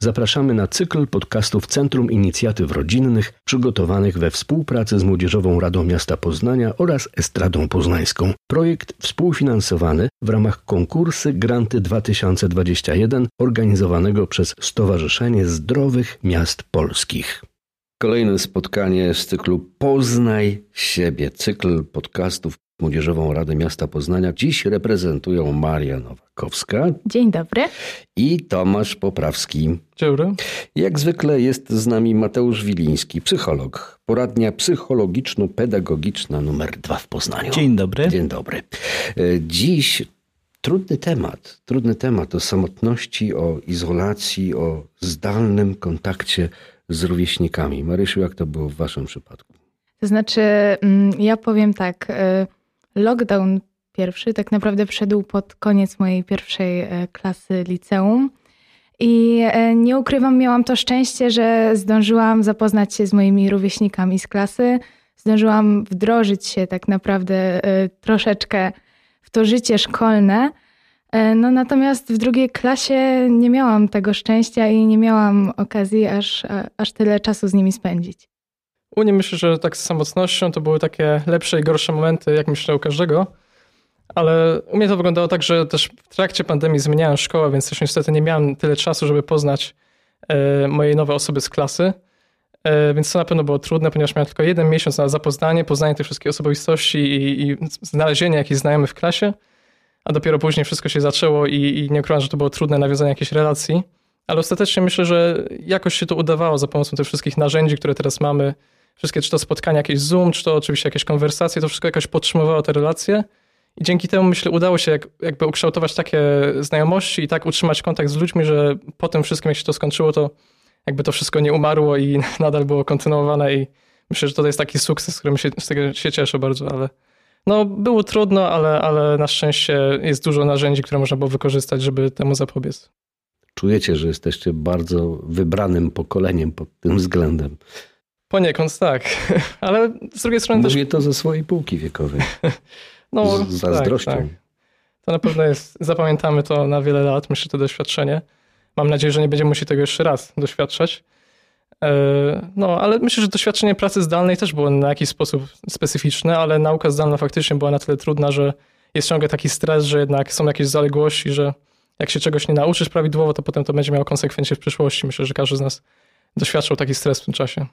Zapraszamy na cykl podcastów Centrum Inicjatyw Rodzinnych przygotowanych we współpracy z Młodzieżową Radą Miasta Poznania oraz Estradą Poznańską. Projekt współfinansowany w ramach konkursy Granty 2021 organizowanego przez Stowarzyszenie Zdrowych Miast Polskich. Kolejne spotkanie z cyklu Poznaj siebie. Cykl podcastów Młodzieżową Radę Miasta Poznania. Dziś reprezentują Maria Nowakowska. Dzień dobry. I Tomasz Poprawski. Dzień dobry. Jak zwykle jest z nami Mateusz Wiliński, psycholog. Poradnia psychologiczno-pedagogiczna numer 2 w Poznaniu. Dzień dobry. Dzień dobry. Dziś trudny temat o samotności, o izolacji, o zdalnym kontakcie z rówieśnikami. Marysiu, jak to było w waszym przypadku? To znaczy, ja powiem tak, lockdown pierwszy tak naprawdę wszedł pod koniec mojej pierwszej klasy liceum i nie ukrywam, miałam to szczęście, że zdążyłam zapoznać się z moimi rówieśnikami z klasy, zdążyłam wdrożyć się tak naprawdę troszeczkę w to życie szkolne. No natomiast w drugiej klasie nie miałam tego szczęścia i nie miałam okazji aż tyle czasu z nimi spędzić. U mnie myślę, że tak z samotnością to były takie lepsze i gorsze momenty, jak myślę u każdego. Ale u mnie to wyglądało tak, że też w trakcie pandemii zmieniałem szkołę, więc też niestety nie miałem tyle czasu, żeby poznać moje nowe osoby z klasy. Więc to na pewno było trudne, ponieważ miałem tylko 1 miesiąc na poznanie tych wszystkich osobistości i znalezienie jakichś znajomych w klasie. A dopiero później wszystko się zaczęło i nie ukrywam, że to było trudne nawiązanie jakiejś relacji. Ale ostatecznie myślę, że jakoś się to udawało za pomocą tych wszystkich narzędzi, które teraz mamy. Wszystkie, czy to spotkania, jakieś Zoom, czy to oczywiście jakieś konwersacje, to wszystko jakoś podtrzymywało te relacje. I dzięki temu, myślę, udało się jakby ukształtować takie znajomości i tak utrzymać kontakt z ludźmi, że po tym wszystkim, jak się to skończyło, to jakby to wszystko nie umarło i nadal było kontynuowane. I myślę, że to jest taki sukces, z którego się cieszę bardzo, ale no było trudno, ale na szczęście jest dużo narzędzi, które można było wykorzystać, żeby temu zapobiec. Czujecie, że jesteście bardzo wybranym pokoleniem pod tym względem. Poniekąd tak, ale z drugiej strony Mówię to ze swojej półki wiekowej. No, z zazdrością. Tak. To na pewno jest, zapamiętamy to na wiele lat, myślę, to doświadczenie. Mam nadzieję, że nie będziemy musieli tego jeszcze raz doświadczać. No, ale myślę, że doświadczenie pracy zdalnej też było na jakiś sposób specyficzne, ale nauka zdalna faktycznie była na tyle trudna, że jest ciągle taki stres, że jednak są jakieś zaległości, że jak się czegoś nie nauczysz prawidłowo, to potem to będzie miało konsekwencje w przyszłości. Myślę, że każdy z nas doświadczał taki stres w tym czasie.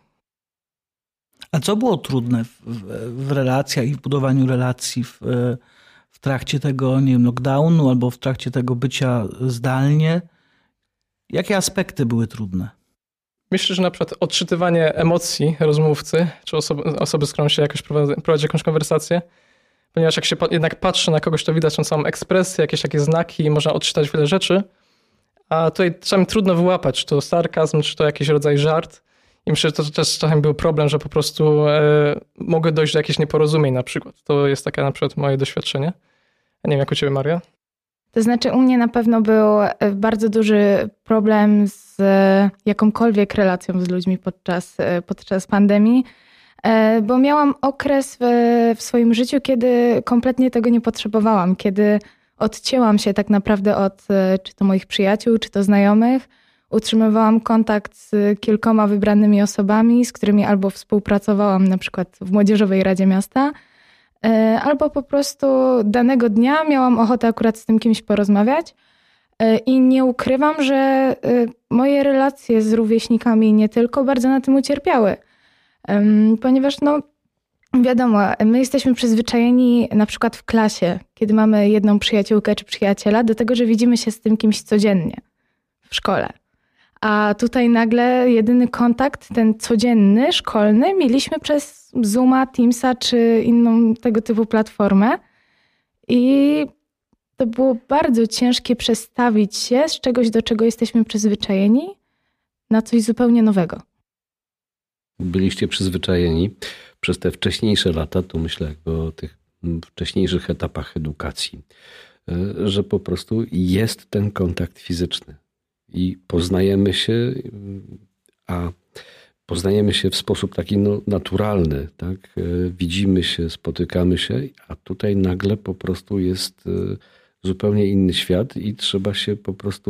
A co było trudne w relacjach i w budowaniu relacji w trakcie tego, nie wiem, lockdownu albo w trakcie tego bycia zdalnie? Jakie aspekty były trudne? Myślę, że na przykład odczytywanie emocji rozmówcy, czy osoby, z którą się jakoś prowadzi jakąś konwersację, ponieważ jak się jednak patrzy na kogoś, to widać tą całą ekspresję, jakieś takie znaki, można odczytać wiele rzeczy, a tutaj czasami trudno wyłapać, czy to sarkazm, czy to jakiś rodzaj żart. I myślę, że to też czasami był problem, że po prostu mogły dojść do jakichś nieporozumień na przykład. To jest takie na przykład moje doświadczenie. Ja nie wiem, jak u ciebie, Maria? To znaczy u mnie na pewno był bardzo duży problem z jakąkolwiek relacją z ludźmi podczas pandemii, bo miałam okres w swoim życiu, kiedy kompletnie tego nie potrzebowałam, kiedy odcięłam się tak naprawdę od czy to moich przyjaciół, czy to znajomych. Utrzymywałam kontakt z kilkoma wybranymi osobami, z którymi albo współpracowałam na przykład w Młodzieżowej Radzie Miasta, albo po prostu danego dnia miałam ochotę akurat z tym kimś porozmawiać i nie ukrywam, że moje relacje z rówieśnikami nie tylko bardzo na tym ucierpiały, ponieważ no wiadomo, my jesteśmy przyzwyczajeni na przykład w klasie, kiedy mamy jedną przyjaciółkę czy przyjaciela, do tego, że widzimy się z tym kimś codziennie w szkole. A tutaj nagle jedyny kontakt, ten codzienny, szkolny, mieliśmy przez Zooma, Teamsa czy inną tego typu platformę. I to było bardzo ciężkie przestawić się z czegoś, do czego jesteśmy przyzwyczajeni, na coś zupełnie nowego. Byliście przyzwyczajeni przez te wcześniejsze lata, tu myślę jakby o tych wcześniejszych etapach edukacji, że po prostu jest ten kontakt fizyczny. I poznajemy się, a poznajemy się w sposób taki naturalny, tak? Widzimy się, spotykamy się, a tutaj nagle po prostu jest zupełnie inny świat i trzeba się po prostu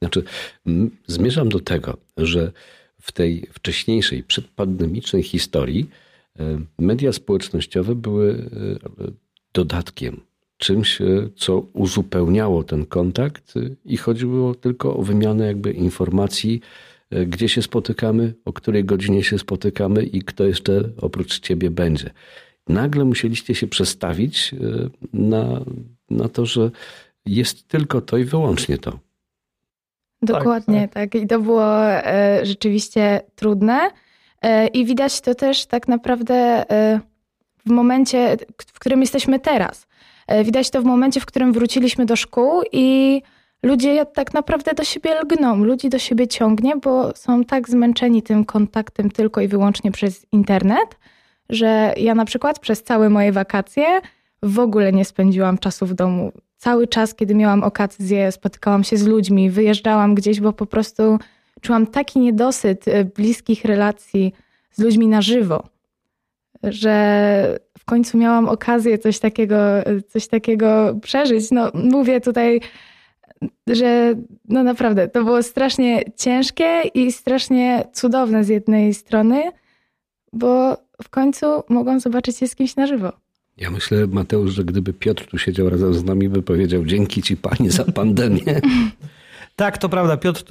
Znaczy, zmierzam do tego, że w tej wcześniejszej, przedpandemicznej historii media społecznościowe były dodatkiem, czymś, co uzupełniało ten kontakt i chodziło tylko o wymianę jakby informacji, gdzie się spotykamy, o której godzinie się spotykamy i kto jeszcze oprócz ciebie będzie. Nagle musieliście się przestawić na to, że jest tylko to i wyłącznie to. Dokładnie, tak. I to było rzeczywiście trudne. I widać to też tak naprawdę w momencie, w którym jesteśmy teraz. Widać to w momencie, w którym wróciliśmy do szkół i ludzie tak naprawdę do siebie lgną, ludzi do siebie ciągnie, bo są tak zmęczeni tym kontaktem tylko i wyłącznie przez internet, że ja na przykład przez całe moje wakacje w ogóle nie spędziłam czasu w domu. Cały czas, kiedy miałam okazję, spotykałam się z ludźmi, wyjeżdżałam gdzieś, bo po prostu czułam taki niedosyt bliskich relacji z ludźmi na żywo, że w końcu miałam okazję coś takiego przeżyć. No, mówię tutaj, że no naprawdę to było strasznie ciężkie i strasznie cudowne z jednej strony, bo w końcu mogłam zobaczyć się z kimś na żywo. Ja myślę, Mateusz, że gdyby Piotr tu siedział razem z nami, by powiedział: dzięki ci, Panie, za pandemię. Tak, to prawda, Piotr,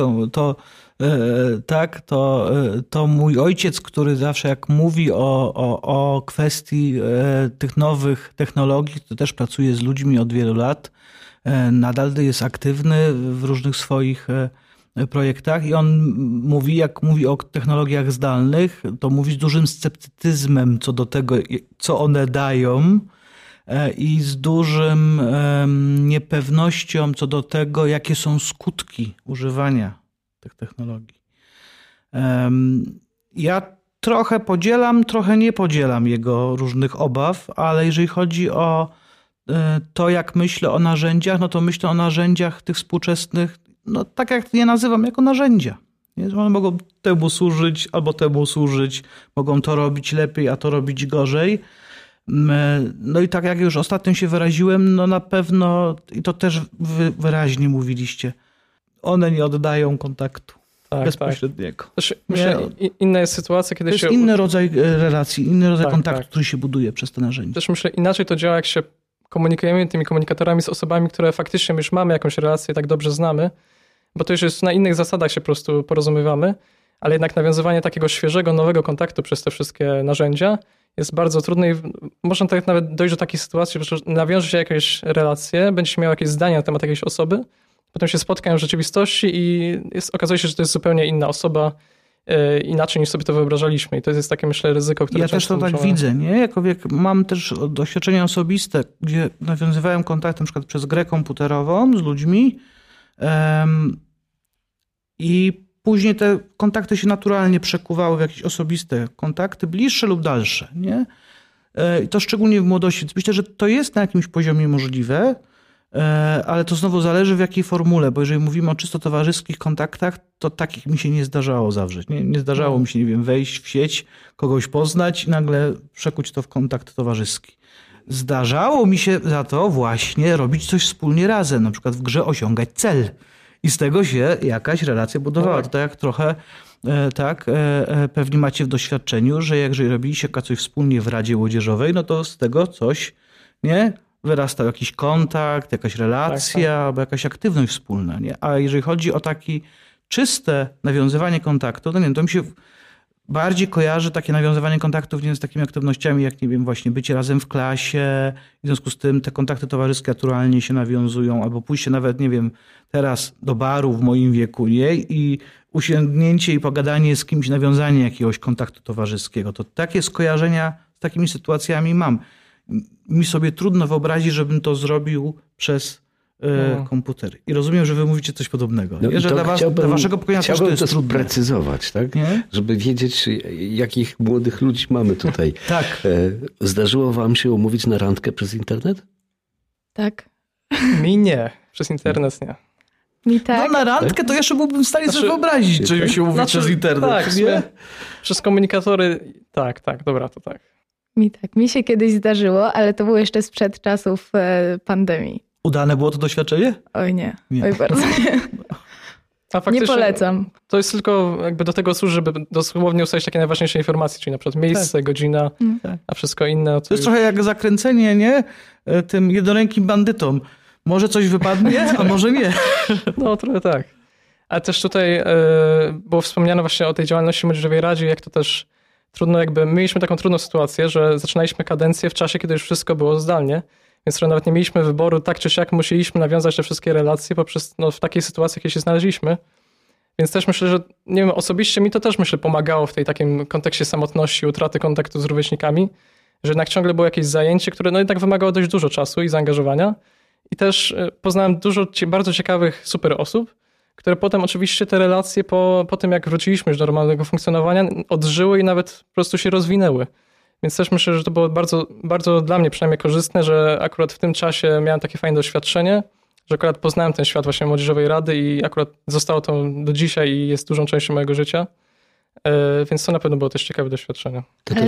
to mój ojciec, który zawsze jak mówi o kwestii tych nowych technologii, to też pracuje z ludźmi od wielu lat, nadal jest aktywny w różnych swoich projektach i on mówi, jak mówi o technologiach zdalnych, to mówi z dużym sceptycyzmem co do tego, co one dają i z dużym niepewnością co do tego, jakie są skutki używania tych technologii. Ja trochę podzielam, trochę nie podzielam jego różnych obaw, ale jeżeli chodzi o to, jak myślę o narzędziach, no to myślę o narzędziach tych współczesnych, no tak jak je nazywam, jako narzędzia. Nie? One mogą temu służyć albo temu służyć, mogą to robić lepiej, a to robić gorzej. No i tak jak już ostatnio się wyraziłem, no na pewno, i to też wyraźnie mówiliście, one nie oddają kontaktu bezpośredniego. Tak. Myślę, inna jest sytuacja, kiedy to jest inny rodzaj relacji, inny rodzaj kontaktu, który się buduje przez te narzędzia. Też myślę, inaczej to działa, jak się komunikujemy tymi komunikatorami z osobami, które faktycznie już mamy jakąś relację, tak dobrze znamy, bo to już jest na innych zasadach się po prostu porozumiewamy, ale jednak nawiązywanie takiego świeżego, nowego kontaktu przez te wszystkie narzędzia jest bardzo trudne i można tak nawet dojść do takiej sytuacji, że nawiąże się jakieś relacje, będzie miał jakieś zdania na temat jakiejś osoby, potem się spotkają w rzeczywistości i okazuje się, że to jest zupełnie inna osoba, inaczej niż sobie to wyobrażaliśmy. I to jest takie, myślę, ryzyko, które ja też to tak widzę, nie? Jako mam też doświadczenia osobiste, gdzie nawiązywałem kontakt na przykład przez grę komputerową z ludźmi i później te kontakty się naturalnie przekuwały w jakieś osobiste kontakty, bliższe lub dalsze, nie? I to szczególnie w młodości. Myślę, że to jest na jakimś poziomie możliwe, ale to znowu zależy w jakiej formule, bo jeżeli mówimy o czysto towarzyskich kontaktach, to takich mi się nie zdarzało zawrzeć. Nie zdarzało mi się, nie wiem, wejść w sieć, kogoś poznać i nagle przekuć to w kontakt towarzyski. Zdarzało mi się za to właśnie robić coś wspólnie razem, na przykład w grze osiągać cel. I z tego się jakaś relacja budowała. To tak jak trochę pewnie macie w doświadczeniu, że jeżeli robiliście coś wspólnie w Radzie Młodzieżowej, no to z tego coś, nie? Wyrastał jakiś kontakt, jakaś relacja, albo jakaś aktywność wspólna, nie? A jeżeli chodzi o takie czyste nawiązywanie kontaktu, to mi się bardziej kojarzy takie nawiązywanie kontaktów, nie wiem, z takimi aktywnościami, jak, nie wiem, właśnie bycie razem w klasie. W związku z tym te kontakty towarzyskie naturalnie się nawiązują, albo pójście nawet, nie wiem, teraz do baru w moim wieku, nie? I usiągnięcie i pogadanie z kimś, nawiązanie jakiegoś kontaktu towarzyskiego. To takie skojarzenia z takimi sytuacjami mam. Mi sobie trudno wyobrazić, żebym to zrobił przez komputer. I rozumiem, że wy mówicie coś podobnego. No że dla waszego pokolenia też to jest trudne. Precyzować, tak? Żeby wiedzieć, jakich młodych ludzi mamy tutaj. Tak. Zdarzyło wam się umówić na randkę przez internet? Tak. Mi nie. Przez internet nie. Mi tak. No na randkę to jeszcze byłbym w stanie sobie wyobrazić, czy się mówi przez internet. Tak, nie? Przez komunikatory. Tak, dobra, to tak. Mi tak. Mi się kiedyś zdarzyło, ale to było jeszcze sprzed czasów pandemii. Udane było to doświadczenie? Oj nie. Oj bardzo nie. Nie polecam. To jest tylko jakby do tego służy, żeby dosłownie ustalić takie najważniejsze informacje, czyli na przykład miejsce, godzina, a wszystko inne. To jest trochę jak zakręcenie, nie? Tym jednorękim bandytą. Może coś wypadnie, a może nie. No, trochę tak. Ale też tutaj było wspomniane właśnie o tej działalności w Młodzieżowej Radzie, jak to też trudno jakby, mieliśmy taką trudną sytuację, że zaczynaliśmy kadencję w czasie, kiedy już wszystko było zdalnie, więc nawet nie mieliśmy wyboru, tak czy siak musieliśmy nawiązać te wszystkie relacje poprzez, w takiej sytuacji, jakiej się znaleźliśmy. Więc też myślę, że nie wiem, osobiście mi to też pomagało w tej takim kontekście samotności, utraty kontaktu z rówieśnikami, że jednak ciągle było jakieś zajęcie, które jednak wymagało dość dużo czasu i zaangażowania. I też poznałem dużo bardzo ciekawych, super osób, które potem oczywiście te relacje po tym, jak wróciliśmy już do normalnego funkcjonowania, odżyły i nawet po prostu się rozwinęły. Więc też myślę, że to było bardzo, bardzo dla mnie przynajmniej korzystne, że akurat w tym czasie miałem takie fajne doświadczenie, że akurat poznałem ten świat właśnie Młodzieżowej Rady i akurat zostało to do dzisiaj i jest dużą częścią mojego życia. Więc to na pewno było też ciekawe doświadczenie.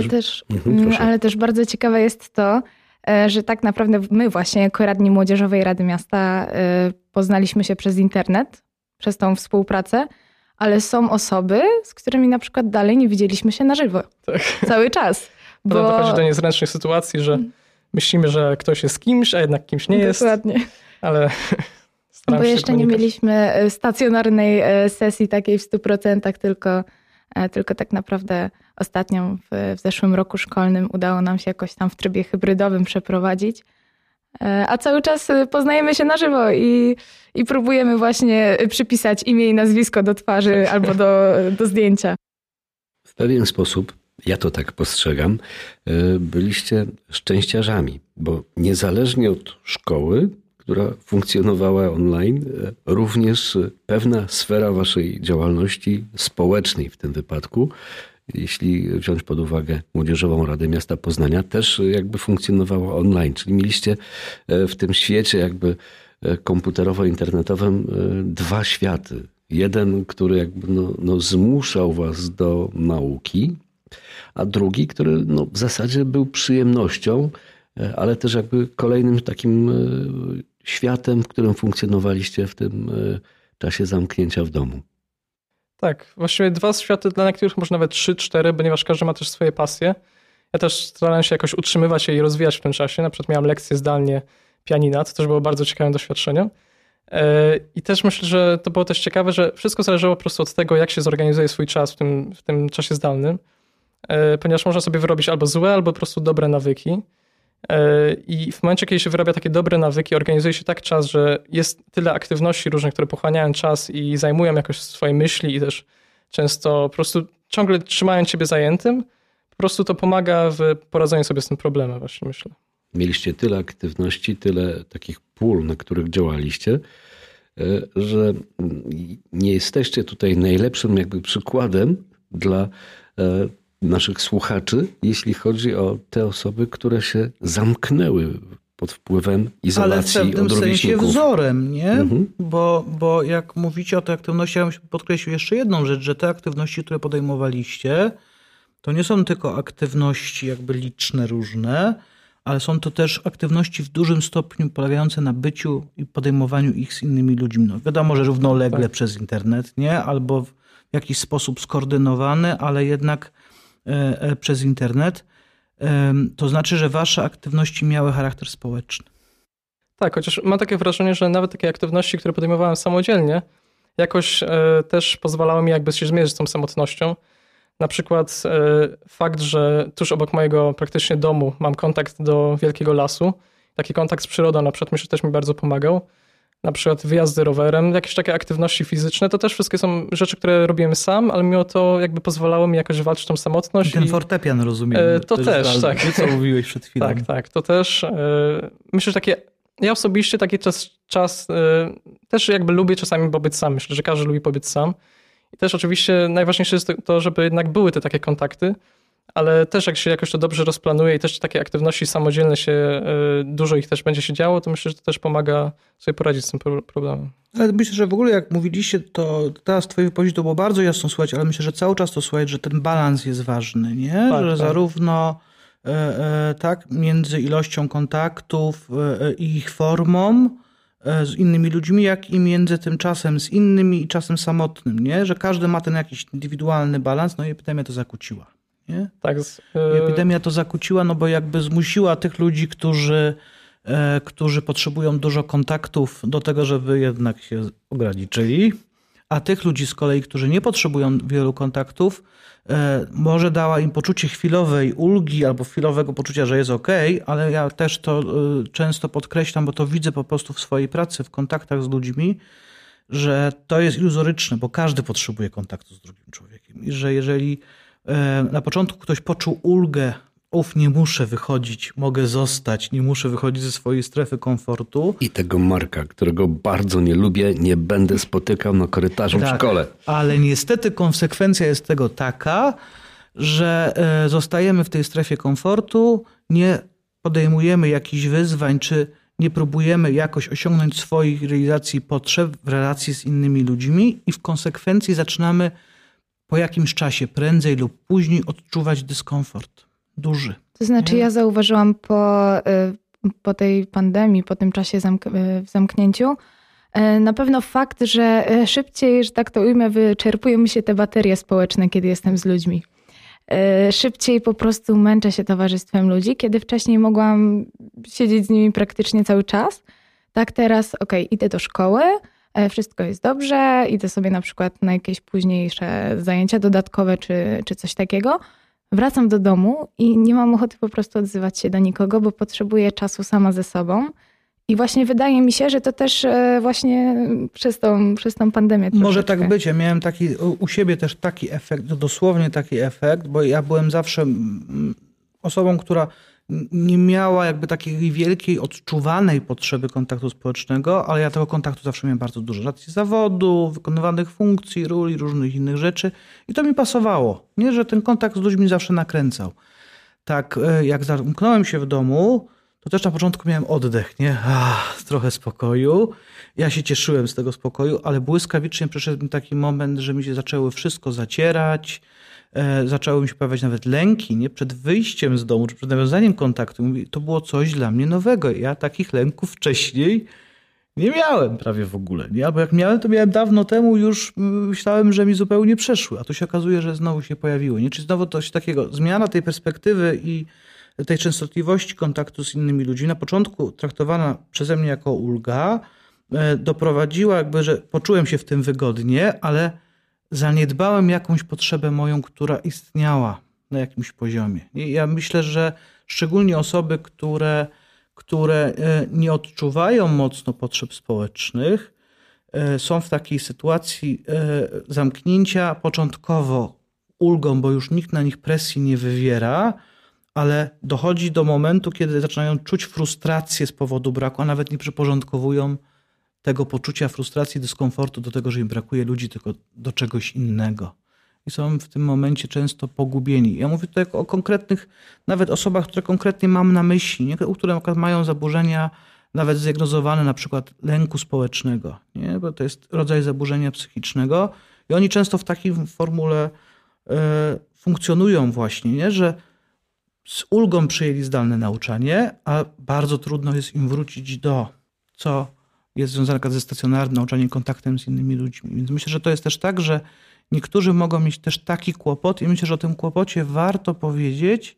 Ale też bardzo ciekawe jest to, że tak naprawdę my właśnie jako radni Młodzieżowej Rady Miasta poznaliśmy się przez internet, przez tą współpracę, ale są osoby, z którymi na przykład dalej nie widzieliśmy się na żywo. Tak. Cały czas. Bo dochodzi do niezręcznych sytuacji, że myślimy, że ktoś jest kimś, a jednak kimś nie jest. Dokładnie. Ale bo jeszcze nie mieliśmy stacjonarnej sesji takiej w 100%, tylko tak naprawdę ostatnią w zeszłym roku szkolnym udało nam się jakoś tam w trybie hybrydowym przeprowadzić. A cały czas poznajemy się na żywo i próbujemy właśnie przypisać imię i nazwisko do twarzy albo do zdjęcia. W pewien sposób, ja to tak postrzegam, byliście szczęściarzami, bo niezależnie od szkoły, która funkcjonowała online, również pewna sfera waszej działalności społecznej w tym wypadku, jeśli wziąć pod uwagę Młodzieżową Radę Miasta Poznania, też jakby funkcjonowała online, czyli mieliście w tym świecie jakby komputerowo-internetowym dwa światy. Jeden, który jakby zmuszał was do nauki, a drugi, który w zasadzie był przyjemnością, ale też jakby kolejnym takim światem, w którym funkcjonowaliście w tym czasie zamknięcia w domu. Tak, właściwie dwa światy, dla niektórych może nawet 3-4, ponieważ każdy ma też swoje pasje. Ja też starałem się jakoś utrzymywać je i rozwijać w tym czasie. Na przykład miałem lekcje zdalnie pianina, to też było bardzo ciekawym doświadczeniem. I też myślę, że to było też ciekawe, że wszystko zależało po prostu od tego, jak się zorganizuje swój czas w tym czasie zdalnym. Ponieważ można sobie wyrobić albo złe, albo po prostu dobre nawyki. I w momencie, kiedy się wyrabia takie dobre nawyki, organizuje się tak czas, że jest tyle aktywności różnych, które pochłaniają czas i zajmują jakoś swoje myśli i też często po prostu ciągle trzymają ciebie zajętym, po prostu to pomaga w poradzeniu sobie z tym problemem, właśnie myślę. Mieliście tyle aktywności, tyle takich pól, na których działaliście, że nie jesteście tutaj najlepszym jakby przykładem dla naszych słuchaczy, jeśli chodzi o te osoby, które się zamknęły pod wpływem izolacji od rówieśników. Ale w pewnym sensie wzorem, nie? Mhm. Bo jak mówicie o tej aktywności, ja bym podkreślił jeszcze jedną rzecz, że te aktywności, które podejmowaliście, to nie są tylko aktywności jakby liczne, różne, ale są to też aktywności w dużym stopniu polegające na byciu i podejmowaniu ich z innymi ludźmi. Wiadomo, że równolegle przez internet, nie? Albo w jakiś sposób skoordynowany, ale jednak przez internet. To znaczy, że wasze aktywności miały charakter społeczny. Tak, chociaż mam takie wrażenie, że nawet takie aktywności, które podejmowałem samodzielnie, jakoś też pozwalały mi jakby się zmierzyć z tą samotnością. Na przykład fakt, że tuż obok mojego praktycznie domu mam kontakt do wielkiego lasu. Taki kontakt z przyrodą na przykład myślę, że też mi bardzo pomagał. Na przykład wyjazdy rowerem, jakieś takie aktywności fizyczne, to też wszystkie są rzeczy, które robiłem sam, ale mimo to jakby pozwalało mi jakoś walczyć tą samotność. Ten fortepian, rozumiem. To też, tak. Co mówiłeś przed chwilą. Tak, to też. Myślę, że ja osobiście taki czas też jakby lubię czasami pobyć sam. Myślę, że każdy lubi pobyć sam. I też oczywiście najważniejsze jest to, żeby jednak były te takie kontakty, ale też jak się jakoś to dobrze rozplanuje i też takie aktywności samodzielne dużo ich też będzie się działo, to myślę, że to też pomaga sobie poradzić z tym problemem. Ale myślę, że w ogóle jak mówiliście, to teraz w twojej wypowiedzi to było bardzo jasno słuchać, ale myślę, że cały czas to słuchać, że ten balans jest ważny, nie? Tak, że zarówno między ilością kontaktów i ich formą, z innymi ludźmi, jak i między tym czasem z innymi i czasem samotnym, nie? Że każdy ma ten jakiś indywidualny balans, no i epidemia to zakłóciła. Nie? Tak. Epidemia to zakłóciła, no bo jakby zmusiła tych ludzi, którzy potrzebują dużo kontaktów do tego, żeby jednak się ograniczyli, a tych ludzi z kolei, którzy nie potrzebują wielu kontaktów, może dała im poczucie chwilowej ulgi albo chwilowego poczucia, że jest okej, ale ja też to często podkreślam, bo to widzę po prostu w swojej pracy, w kontaktach z ludźmi, że to jest iluzoryczne, bo każdy potrzebuje kontaktu z drugim człowiekiem i że jeżeli na początku ktoś poczuł ulgę, nie muszę wychodzić, mogę zostać, nie muszę wychodzić ze swojej strefy komfortu. I tego Marka, którego bardzo nie lubię, nie będę spotykał na korytarzu w szkole. Ale niestety konsekwencja jest tego taka, że zostajemy w tej strefie komfortu, nie podejmujemy jakichś wyzwań, czy nie próbujemy jakoś osiągnąć swoich realizacji potrzeb w relacji z innymi ludźmi i w konsekwencji zaczynamy po jakimś czasie, prędzej lub później, odczuwać dyskomfort. Duży. To znaczy ja zauważyłam po tej pandemii, po tym czasie w zamknięciu, na pewno fakt, że szybciej, że tak to ujmę, wyczerpują mi się te baterie społeczne, kiedy jestem z ludźmi. Szybciej po prostu męczę się towarzystwem ludzi, kiedy wcześniej mogłam siedzieć z nimi praktycznie cały czas. Tak teraz, idę do szkoły, wszystko jest dobrze, idę sobie na przykład na jakieś późniejsze zajęcia dodatkowe czy coś takiego. Wracam do domu i nie mam ochoty po prostu odzywać się do nikogo, bo potrzebuję czasu sama ze sobą. I właśnie wydaje mi się, że to też właśnie przez tą pandemię troszeczkę. Może tak być. Ja miałem u siebie też taki efekt, dosłownie taki efekt, bo ja byłem zawsze osobą, która nie miała jakby takiej wielkiej, odczuwanej potrzeby kontaktu społecznego, ale ja tego kontaktu zawsze miałem bardzo dużo. Z racji zawodu, wykonywanych funkcji, ról i różnych innych rzeczy. I to mi pasowało. Nie, że ten kontakt z ludźmi zawsze nakręcał. Tak, jak zamknąłem się w domu, to też na początku miałem oddech, nie? Trochę spokoju. Ja się cieszyłem z tego spokoju, ale błyskawicznie przyszedł mi taki moment, że mi się zaczęło wszystko zacierać, zaczęły mi się pojawiać nawet lęki, nie? Przed wyjściem z domu, czy przed nawiązaniem kontaktu. To było coś dla mnie nowego. Ja takich lęków wcześniej nie miałem prawie w ogóle. Nie? Albo jak miałem, to miałem dawno temu, już myślałem, że mi zupełnie przeszły. A tu się okazuje, że znowu się pojawiły. Nie? Czy znowu coś takiego, zmiana tej perspektywy i tej częstotliwości kontaktu z innymi ludźmi, na początku traktowana przeze mnie jako ulga, doprowadziła jakby, że poczułem się w tym wygodnie, ale zaniedbałem jakąś potrzebę moją, która istniała na jakimś poziomie. I ja myślę, że szczególnie osoby, które nie odczuwają mocno potrzeb społecznych, są w takiej sytuacji zamknięcia początkowo ulgą, bo już nikt na nich presji nie wywiera, ale dochodzi do momentu, kiedy zaczynają czuć frustrację z powodu braku, a nawet nie przyporządkowują tego poczucia frustracji, dyskomfortu do tego, że im brakuje ludzi, tylko do czegoś innego. I są w tym momencie często pogubieni. Ja mówię tutaj o konkretnych, nawet osobach, które konkretnie mam na myśli, nie? Które mają zaburzenia nawet zdiagnozowane, na przykład lęku społecznego, nie? Bo to jest rodzaj zaburzenia psychicznego i oni często w takiej formule funkcjonują właśnie, nie? Że z ulgą przyjęli zdalne nauczanie, a bardzo trudno jest im wrócić do, co jest związane ze stacjonarnym nauczaniem, kontaktem z innymi ludźmi. Więc myślę, że to jest też tak, że niektórzy mogą mieć też taki kłopot i myślę, że o tym kłopocie warto powiedzieć,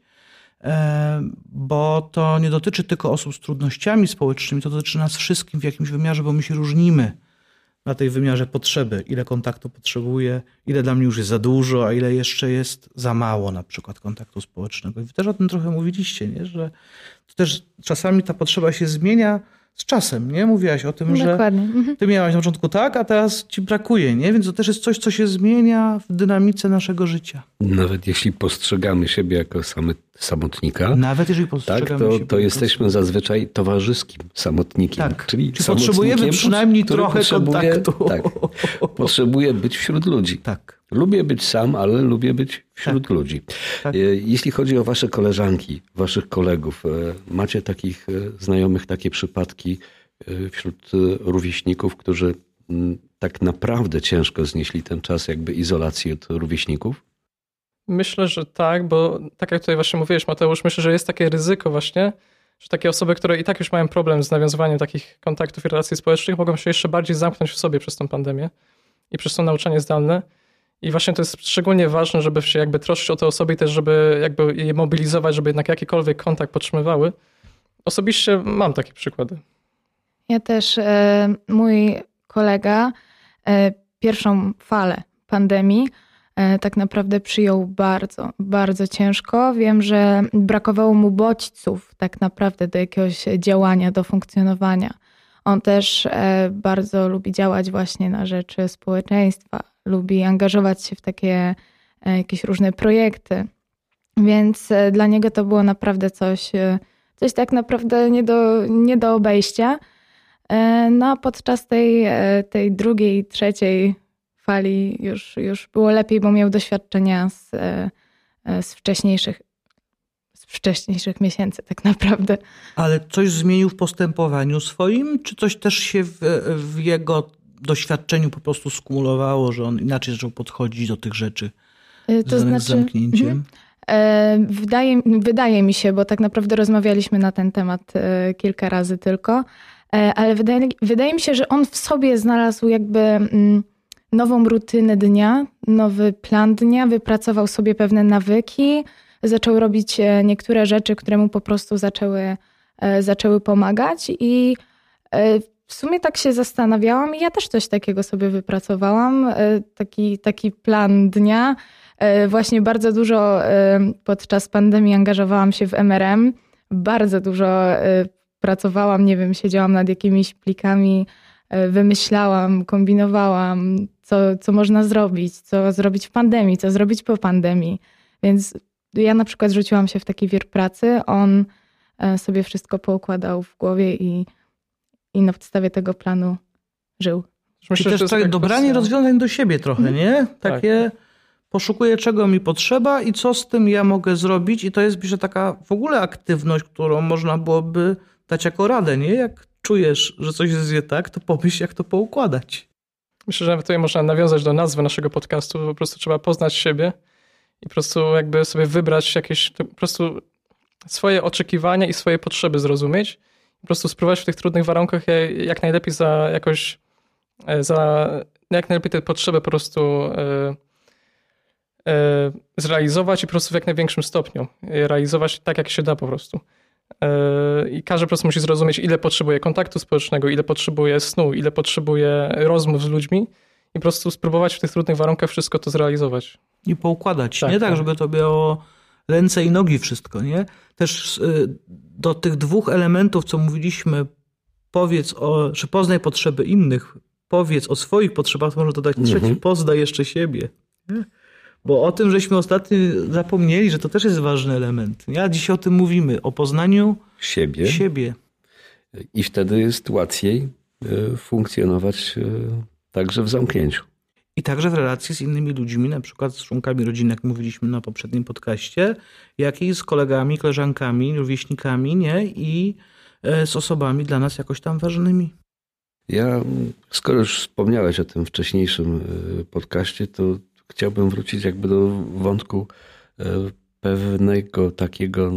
bo to nie dotyczy tylko osób z trudnościami społecznymi, to dotyczy nas wszystkim w jakimś wymiarze, bo my się różnimy na tej wymiarze potrzeby. Ile kontaktu potrzebuję, ile dla mnie już jest za dużo, a ile jeszcze jest za mało na przykład kontaktu społecznego. I wy też o tym trochę mówiliście, nie? Że to też czasami ta potrzeba się zmienia z czasem, nie? Mówiłaś o tym, Dokładnie. że ty miałaś na początku tak, a teraz ci brakuje, nie? Więc to też jest coś, co się zmienia w dynamice naszego życia. Nawet jeśli postrzegamy siebie jako samotnika, nawet jeżeli postrzegamy siebie to jesteśmy zazwyczaj towarzyskim samotnikiem. Tak. Czyli potrzebujemy przynajmniej trochę kontaktu. Tak, potrzebuję być wśród ludzi. Tak. Lubię być sam, ale lubię być wśród ludzi. Tak. Jeśli chodzi o wasze koleżanki, waszych kolegów, macie takich znajomych, takie przypadki wśród rówieśników, którzy tak naprawdę ciężko znieśli ten czas jakby izolacji od rówieśników? Myślę, że tak, bo tak jak tutaj właśnie mówiłeś, Mateusz, myślę, że jest takie ryzyko właśnie, że takie osoby, które i tak już mają problem z nawiązywaniem takich kontaktów i relacji społecznych, mogą się jeszcze bardziej zamknąć w sobie przez tą pandemię i przez to nauczanie zdalne. I właśnie to jest szczególnie ważne, żeby się jakby troszczyć o te osoby i też, żeby jakby je mobilizować, żeby jednak jakikolwiek kontakt podtrzymywały. Osobiście mam takie przykłady. Ja też, mój kolega pierwszą falę pandemii tak naprawdę przyjął bardzo, bardzo ciężko. Wiem, że brakowało mu bodźców tak naprawdę do jakiegoś działania, do funkcjonowania. On też bardzo lubi działać właśnie na rzecz społeczeństwa, lubi angażować się w takie jakieś różne projekty. Więc dla niego to było naprawdę coś tak naprawdę nie do obejścia. No a podczas tej drugiej, trzeciej fali już było lepiej, bo miał doświadczenia z wcześniejszych miesięcy tak naprawdę. Ale coś zmienił w postępowaniu swoim, czy coś też się w jego doświadczeniu po prostu skumulowało, że on inaczej zaczął podchodzić do tych rzeczy z zamknięciem? Wydaje mi się, bo tak naprawdę rozmawialiśmy na ten temat kilka razy tylko, ale wydaje mi się, że on w sobie znalazł jakby nową rutynę dnia, nowy plan dnia, wypracował sobie pewne nawyki, zaczął robić niektóre rzeczy, które mu po prostu zaczęły pomagać i w sumie tak się zastanawiałam i ja też coś takiego sobie wypracowałam, taki plan dnia. Właśnie bardzo dużo podczas pandemii angażowałam się w MRM, bardzo dużo pracowałam, nie wiem, siedziałam nad jakimiś plikami, wymyślałam, kombinowałam, co można zrobić, co zrobić w pandemii, co zrobić po pandemii. Więc ja na przykład rzuciłam się w taki wir pracy, on sobie wszystko poukładał w głowie i na podstawie tego planu żył. Myślę, I też takie dobranie rozwiązań do siebie trochę, nie? Takie poszukuję, czego mi potrzeba i co z tym ja mogę zrobić. I to jest, myślę, taka w ogóle aktywność, którą można byłoby dać jako radę, nie? Jak czujesz, że coś jest nie tak, to pomyśl, jak to poukładać. Myślę, że tutaj można nawiązać do nazwy naszego podcastu. Po prostu trzeba poznać siebie i po prostu jakby sobie wybrać jakieś po prostu swoje oczekiwania i swoje potrzeby zrozumieć. Po prostu spróbować w tych trudnych warunkach jak najlepiej jak najlepiej te potrzeby po prostu zrealizować i po prostu w jak największym stopniu realizować tak, jak się da po prostu. I każdy po prostu musi zrozumieć, ile potrzebuje kontaktu społecznego, ile potrzebuje snu, ile potrzebuje rozmów z ludźmi i po prostu spróbować w tych trudnych warunkach wszystko to zrealizować. I poukładać, nie tak, żeby to miało ręce i nogi wszystko, nie? Też do tych dwóch elementów, co mówiliśmy, czy poznaj potrzeby innych, powiedz o swoich potrzebach, to można dodać trzeci, poznaj jeszcze siebie. Nie? Bo o tym żeśmy ostatnio zapomnieli, że to też jest ważny element. Nie? A dzisiaj o tym mówimy, o poznaniu siebie. I wtedy jest łatwiej funkcjonować także w zamknięciu. I także w relacji z innymi ludźmi, na przykład z członkami rodziny, jak mówiliśmy na poprzednim podcaście, jak i z kolegami, koleżankami, rówieśnikami, nie? I z osobami dla nas jakoś tam ważnymi. Ja, skoro już wspomniałeś o tym wcześniejszym podcaście, to chciałbym wrócić jakby do wątku pewnego takiego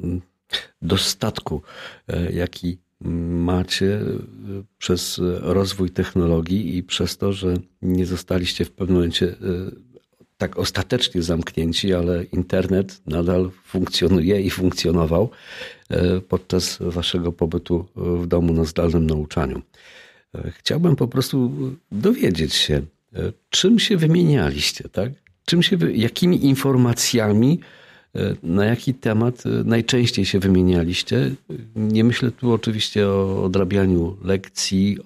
dostatku, jaki macie przez rozwój technologii i przez to, że nie zostaliście w pewnym momencie tak ostatecznie zamknięci, ale internet nadal funkcjonuje i funkcjonował podczas waszego pobytu w domu na zdalnym nauczaniu. Chciałbym po prostu dowiedzieć się, czym się wymienialiście, tak? Jakimi informacjami, na jaki temat najczęściej się wymienialiście? Nie myślę tu oczywiście o odrabianiu lekcji,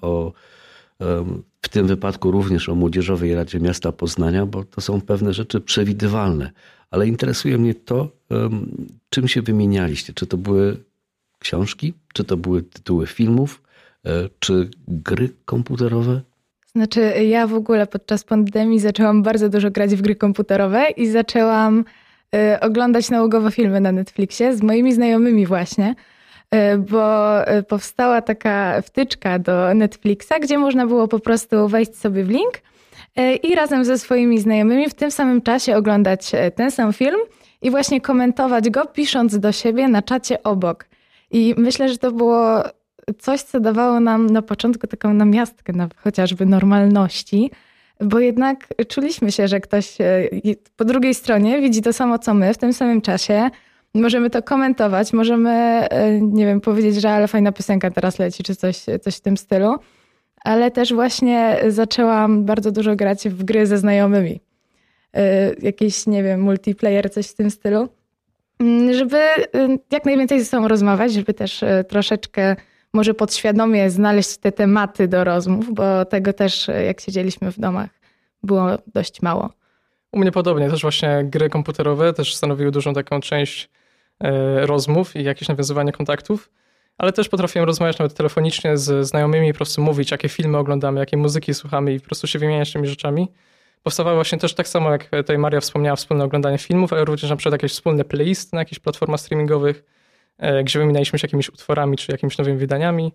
w tym wypadku również o Młodzieżowej Radzie Miasta Poznania, bo to są pewne rzeczy przewidywalne. Ale interesuje mnie to, czym się wymienialiście. Czy to były książki, czy to były tytuły filmów, czy gry komputerowe? Znaczy, ja w ogóle podczas pandemii zaczęłam bardzo dużo grać w gry komputerowe i zaczęłam oglądać nałogowe filmy na Netflixie z moimi znajomymi właśnie, bo powstała taka wtyczka do Netflixa, gdzie można było po prostu wejść sobie w link i razem ze swoimi znajomymi w tym samym czasie oglądać ten sam film i właśnie komentować go, pisząc do siebie na czacie obok. I myślę, że to było coś, co dawało nam na początku taką namiastkę na chociażby normalności, bo jednak czuliśmy się, że ktoś po drugiej stronie widzi to samo, co my w tym samym czasie. Możemy to komentować, możemy, nie wiem, powiedzieć, że ale fajna piosenka teraz leci, czy coś w tym stylu. Ale też właśnie zaczęłam bardzo dużo grać w gry ze znajomymi. Jakiś, nie wiem, multiplayer, coś w tym stylu. Żeby jak najwięcej ze sobą rozmawiać, żeby też troszeczkę może podświadomie znaleźć te tematy do rozmów, bo tego też, jak siedzieliśmy w domach, było dość mało. U mnie podobnie, też właśnie gry komputerowe też stanowiły dużą taką część rozmów i jakieś nawiązywania kontaktów, ale też potrafiłem rozmawiać nawet telefonicznie z znajomymi i po prostu mówić, jakie filmy oglądamy, jakie muzyki słuchamy i po prostu się wymieniać tymi rzeczami. Powstawały właśnie też tak samo, jak tutaj Maria wspomniała, wspólne oglądanie filmów, ale również na przykład jakieś wspólne playlisty na jakichś platformach streamingowych, gdzie wymienialiśmy się jakimiś utworami czy jakimiś nowymi wydaniami.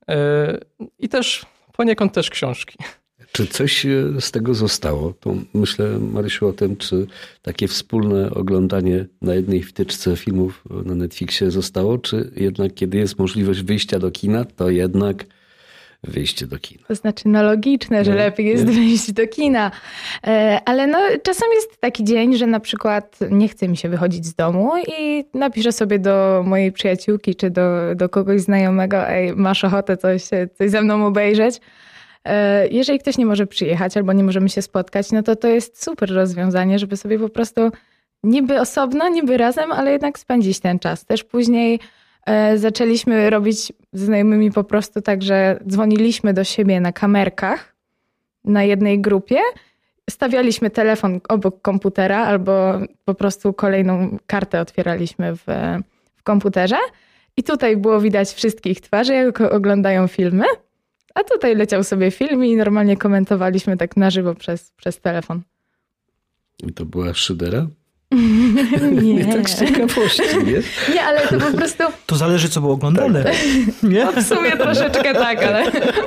I też poniekąd też książki. Czy coś z tego zostało? To myślę, Marysiu, o tym, czy takie wspólne oglądanie na jednej wtyczce filmów na Netflixie zostało, czy jednak kiedy jest możliwość wyjścia do kina, to jednak wyjście do kina. To znaczy, no logiczne, że lepiej jest wyjść do kina. Ale no czasem jest taki dzień, że na przykład nie chce mi się wychodzić z domu i napiszę sobie do mojej przyjaciółki czy do kogoś znajomego: ej, masz ochotę coś ze mną obejrzeć? Jeżeli ktoś nie może przyjechać albo nie możemy się spotkać, no to jest super rozwiązanie, żeby sobie po prostu niby osobno, niby razem, ale jednak spędzić ten czas. Też później zaczęliśmy robić ze znajomymi po prostu tak, że dzwoniliśmy do siebie na kamerkach na jednej grupie, stawialiśmy telefon obok komputera albo po prostu kolejną kartę otwieraliśmy w komputerze i tutaj było widać wszystkich twarzy, jak oglądają filmy, a tutaj leciał sobie film i normalnie komentowaliśmy tak na żywo przez telefon. I to była szydera? Nie. Tak z ciekawości, nie? Nie, ale to po prostu... To zależy, co było oglądane. Tak. Nie? No w sumie troszeczkę tak, ale...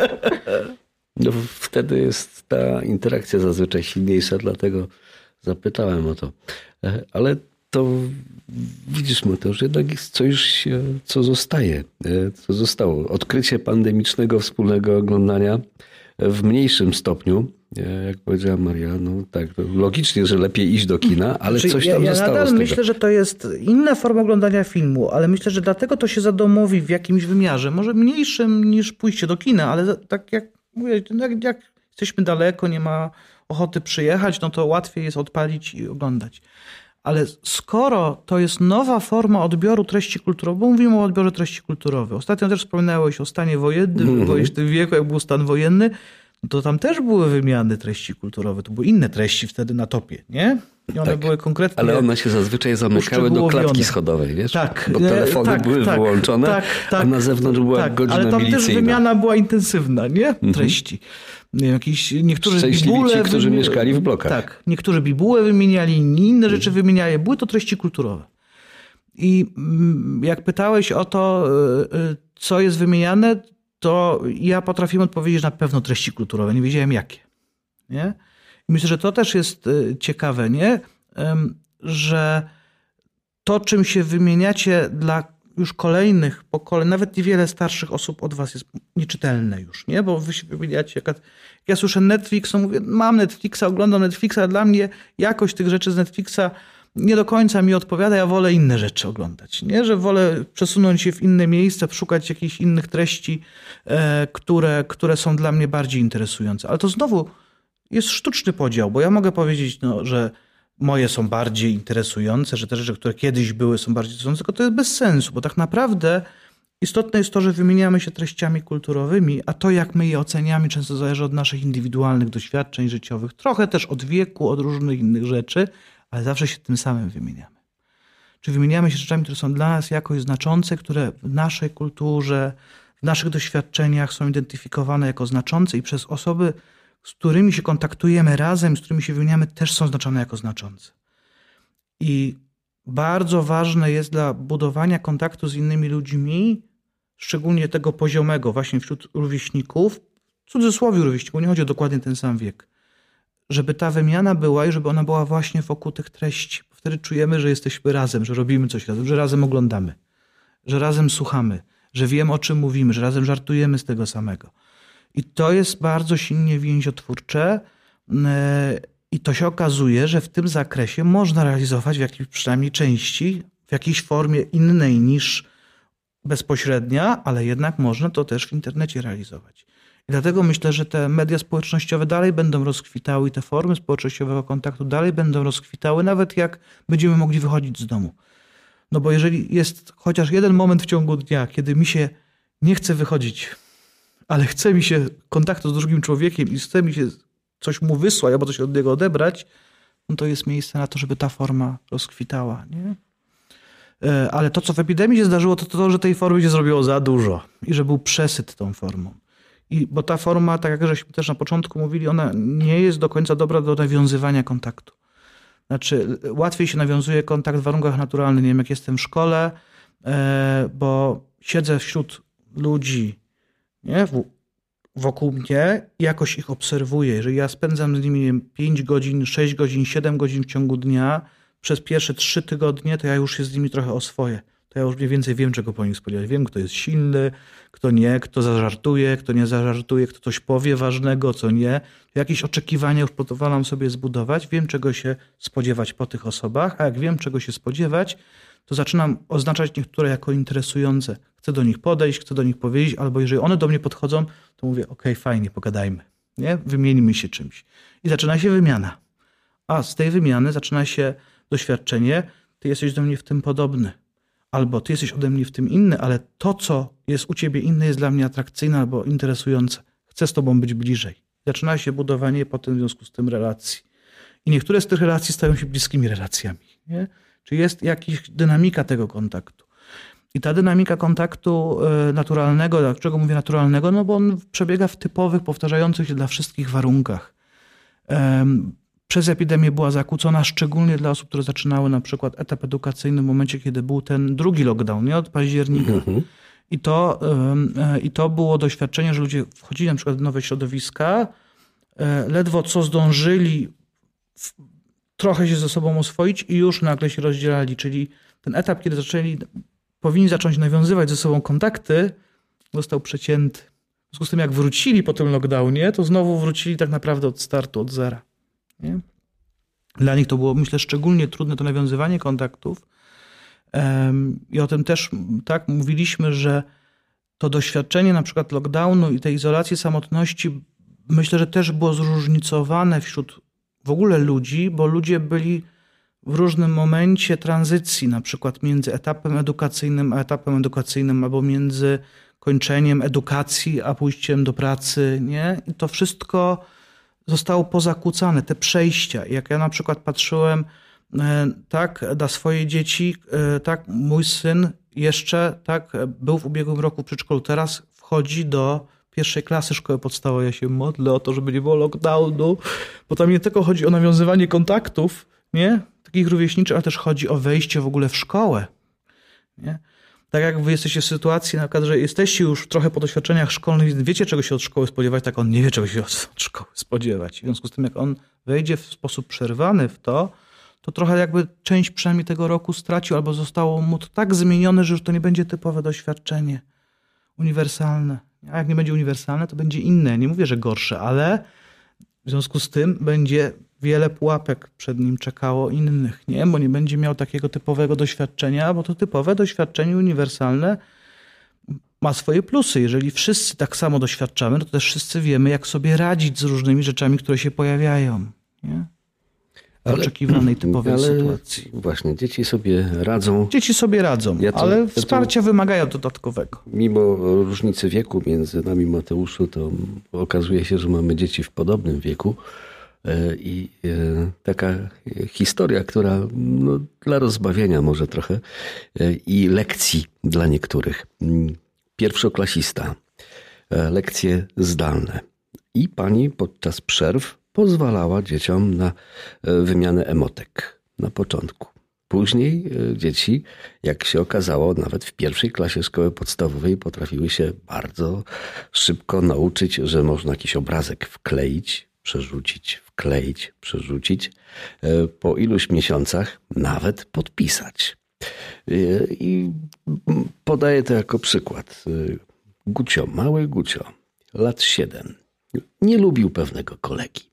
No wtedy jest ta interakcja zazwyczaj silniejsza, dlatego zapytałem o to. Ale to widzisz, Mateusz, jednak jest coś, co zostaje, co zostało. Odkrycie pandemicznego wspólnego oglądania w mniejszym stopniu, jak powiedziała Maria, no tak, logicznie, że lepiej iść do kina, ale coś tam zostało nadal z tego. myślę, że to jest inna forma oglądania filmu, ale myślę, że dlatego to się zadomowi w jakimś wymiarze, może mniejszym niż pójście do kina, ale tak jak mówię, jak jesteśmy daleko, nie ma ochoty przyjechać, no to łatwiej jest odpalić i oglądać. Ale skoro to jest nowa forma odbioru treści kulturowej, bo mówimy o odbiorze treści kulturowej. Ostatnio też wspominałeś o stanie wojennym, byłeś w tym wieku, jak był stan wojenny, no to tam też były wymiany treści kulturowe. To były inne treści wtedy na topie, nie? I one były konkretnie... Ale one się zazwyczaj zamykały do klatki schodowej, wiesz? Tak. Bo telefony były wyłączone, a na zewnątrz była godzina ale tam milicyjna. też wymiana była intensywna, nie? Treści. Niektórzy szczęśliwi ci, którzy mieszkali w blokach. Tak. Niektórzy bibułę wymieniali, inni inne rzeczy wymieniali. Były to treści kulturowe. I jak pytałeś o to, co jest wymieniane, to ja potrafiłem odpowiedzieć na pewno treści kulturowe. Nie wiedziałem jakie. Nie? I myślę, że to też jest ciekawe, nie? Że to, czym się wymieniacie dla już kolejnych pokoleń, nawet niewiele starszych osób od was jest nieczytelne już, nie? Bo wy się wymieniacie. Jak ja słyszę Netflix, to mówię, mam Netflixa, oglądam Netflixa, a dla mnie jakość tych rzeczy z Netflixa nie do końca mi odpowiada, ja wolę inne rzeczy oglądać, nie? Że wolę przesunąć się w inne miejsca, szukać jakichś innych treści, które są dla mnie bardziej interesujące. Ale to znowu jest sztuczny podział, bo ja mogę powiedzieć, no, że moje są bardziej interesujące, że te rzeczy, które kiedyś były, są bardziej interesujące, tylko to jest bez sensu, bo tak naprawdę istotne jest to, że wymieniamy się treściami kulturowymi, a to, jak my je oceniamy, często zależy od naszych indywidualnych doświadczeń życiowych, trochę też od wieku, od różnych innych rzeczy, ale zawsze się tym samym wymieniamy. Czy wymieniamy się rzeczami, które są dla nas jakoś znaczące, które w naszej kulturze, w naszych doświadczeniach są identyfikowane jako znaczące i przez osoby, z którymi się kontaktujemy razem, z którymi się wymieniamy, też są znaczone jako znaczące. I bardzo ważne jest dla budowania kontaktu z innymi ludźmi, szczególnie tego poziomego, właśnie wśród rówieśników, w cudzysłowie rówieśników, nie chodzi o dokładnie ten sam wiek, żeby ta wymiana była i żeby ona była właśnie wokół tych treści. Wtedy czujemy, że jesteśmy razem, że robimy coś razem, że razem oglądamy. że razem słuchamy, że wiemy, o czym mówimy, że razem żartujemy z tego samego. I to jest bardzo silnie więziotwórcze i to się okazuje, że w tym zakresie można realizować w jakiejś przynajmniej części, w jakiejś formie innej niż bezpośrednia, ale jednak można to też w internecie realizować. I dlatego myślę, że te media społecznościowe dalej będą rozkwitały i te formy społecznościowego kontaktu dalej będą rozkwitały, nawet jak będziemy mogli wychodzić z domu. No bo jeżeli jest chociaż jeden moment w ciągu dnia, kiedy mi się nie chce wychodzić, ale chce mi się kontaktu z drugim człowiekiem i chce mi się coś mu wysłać albo coś od niego odebrać, no to jest miejsce na to, żeby ta forma rozkwitała. Nie? Ale to, co w epidemii się zdarzyło, to, że tej formy się zrobiło za dużo i że był przesyt tą formą. Bo ta forma, tak jak żeśmy też na początku mówili, ona nie jest do końca dobra do nawiązywania kontaktu. Znaczy, łatwiej się nawiązuje kontakt w warunkach naturalnych. Nie wiem, jak jestem w szkole, bo siedzę wśród ludzi, nie? Wokół mnie i jakoś ich obserwuję. Jeżeli ja spędzam z nimi, nie wiem, 5 godzin, 6 godzin, 7 godzin w ciągu dnia, przez pierwsze 3 tygodnie, to ja już się z nimi trochę oswoję. To ja już mniej więcej wiem, czego po nich spodziewać. Wiem, kto jest silny, kto nie, kto zażartuje, kto nie zażartuje, kto coś powie ważnego, co nie. Jakieś oczekiwania już pozwalam sobie zbudować. Wiem, czego się spodziewać po tych osobach, a jak wiem, czego się spodziewać, to zaczynam oznaczać niektóre jako interesujące. Chcę do nich podejść, chcę do nich powiedzieć, albo jeżeli one do mnie podchodzą, to mówię, okej, fajnie, pogadajmy. Nie? Wymieńmy się czymś. I zaczyna się wymiana. A z tej wymiany zaczyna się doświadczenie, ty jesteś do mnie w tym podobny. Albo ty jesteś ode mnie w tym inny, ale to, co jest u ciebie inne, jest dla mnie atrakcyjne albo interesujące. Chcę z tobą być bliżej. Zaczyna się budowanie potem w związku z tym relacji. I niektóre z tych relacji stają się bliskimi relacjami. Nie? Czy jest jakaś dynamika tego kontaktu. I ta dynamika kontaktu naturalnego, dlaczego mówię naturalnego? No bo on przebiega w typowych, powtarzających się dla wszystkich warunkach. Przez epidemię była zakłócona, szczególnie dla osób, które zaczynały na przykład etap edukacyjny w momencie, kiedy był ten drugi lockdown, nie? Od października. I to było doświadczenie, że ludzie wchodzili na przykład w nowe środowiska, ledwo co zdążyli trochę się ze sobą oswoić i już nagle się rozdzielali. Czyli ten etap, kiedy powinni zacząć nawiązywać ze sobą kontakty, został przecięty. W związku z tym, jak wrócili po tym lockdownie, to znowu wrócili tak naprawdę od startu, od zera. Nie? Dla nich to było, myślę, szczególnie trudne to nawiązywanie kontaktów. I o tym też tak mówiliśmy, że to doświadczenie na przykład lockdownu i tej izolacji, samotności, myślę, że też było zróżnicowane wśród w ogóle ludzi, bo ludzie byli w różnym momencie tranzycji, na przykład między etapem edukacyjnym a etapem edukacyjnym, albo między kończeniem edukacji a pójściem do pracy. Nie? I to wszystko zostało pozakłócane, te przejścia. Jak ja na przykład patrzyłem tak na swoje dzieci, tak mój syn jeszcze tak był w ubiegłym roku w przedszkolu, teraz wchodzi do 1. klasy szkoły podstawowej. Ja się modlę o to, żeby nie było lockdownu, bo tam nie tylko chodzi o nawiązywanie kontaktów, nie? Takich rówieśniczych, ale też chodzi o wejście w ogóle w szkołę. Nie? Tak jak wy jesteście w sytuacji, na przykład, że jesteście już trochę po doświadczeniach szkolnych, więc wiecie, czego się od szkoły spodziewać, tak on nie wie, czego się od szkoły spodziewać. W związku z tym, jak on wejdzie w sposób przerwany w to trochę jakby część przynajmniej tego roku stracił, albo zostało mu to tak zmienione, że już to nie będzie typowe doświadczenie uniwersalne. A jak nie będzie uniwersalne, to będzie inne. Nie mówię, że gorsze, ale w związku z tym będzie wiele pułapek przed nim czekało innych, nie? Bo nie będzie miał takiego typowego doświadczenia, bo to typowe doświadczenie uniwersalne ma swoje plusy. Jeżeli wszyscy tak samo doświadczamy, to też wszyscy wiemy, jak sobie radzić z różnymi rzeczami, które się pojawiają. Nie? W oczekiwanej typowej sytuacji. Właśnie, dzieci sobie radzą. Dzieci sobie radzą, ale wsparcia wymagają dodatkowego. Mimo różnicy wieku między nami, Mateuszu, to okazuje się, że mamy dzieci w podobnym wieku. I taka historia, która no, dla rozbawienia może trochę i lekcji dla niektórych. Pierwszoklasista, lekcje zdalne. I pani podczas przerw pozwalała dzieciom na wymianę emotek na początku. Później dzieci, jak się okazało, nawet w 1. klasie szkoły podstawowej potrafiły się bardzo szybko nauczyć, że można jakiś obrazek wkleić, przerzucić, wkleić, przerzucić. Po iluś miesiącach nawet podpisać. I podaję to jako przykład. Gucio, mały Gucio, lat 7, nie lubił pewnego kolegi.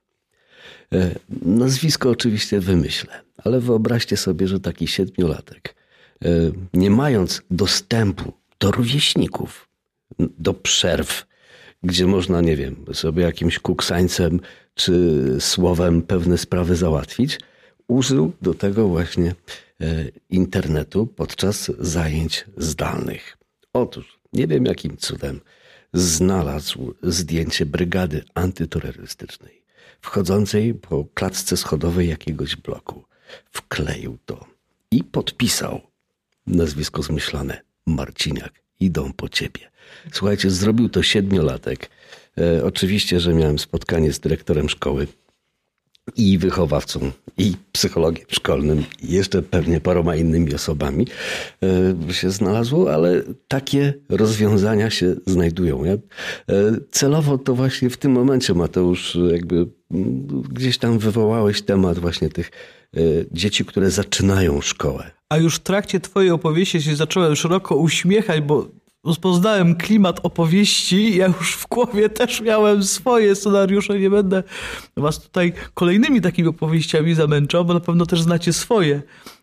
Nazwisko oczywiście wymyślę, ale wyobraźcie sobie, że taki 7-latek, nie mając dostępu do rówieśników, do przerw, gdzie można, nie wiem, sobie jakimś kuksańcem czy słowem pewne sprawy załatwić, użył do tego właśnie internetu podczas zajęć zdalnych. Otóż, nie wiem jakim cudem, znalazł zdjęcie brygady antyterrorystycznej wchodzącej po klatce schodowej jakiegoś bloku. Wkleił to i podpisał nazwisko zmyślone: Marciniak, idą po ciebie. Słuchajcie, zrobił to 7-latek. Oczywiście, że miałem spotkanie z dyrektorem szkoły i wychowawcą, i psychologiem szkolnym, i jeszcze pewnie paroma innymi osobami się znalazło, ale takie rozwiązania się znajdują. Ja celowo to właśnie w tym momencie, Mateusz, jakby gdzieś tam wywołałeś temat właśnie tych dzieci, które zaczynają szkołę. A już w trakcie twojej opowieści się zacząłem szeroko uśmiechać, bo rozpoznałem klimat opowieści. Ja już w głowie też miałem swoje scenariusze. Nie będę was tutaj kolejnymi takimi opowieściami zamęczał, bo na pewno też znacie swoje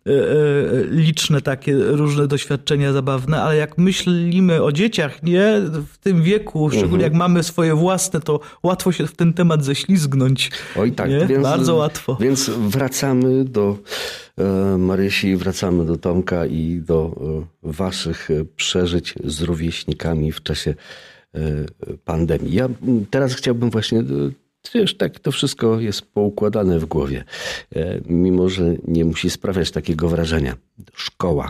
liczne takie różne doświadczenia zabawne, ale jak myślimy o dzieciach, nie, w tym wieku, szczególnie jak mamy swoje własne, to łatwo się w ten temat ześlizgnąć. Oj tak, więc, bardzo łatwo. Więc wracamy do Marysi, wracamy do Tomka i do waszych przeżyć z rówieśnikami w czasie pandemii. Ja teraz chciałbym właśnie, wiesz, tak to wszystko jest poukładane w głowie, mimo że nie musi sprawiać takiego wrażenia. Szkoła.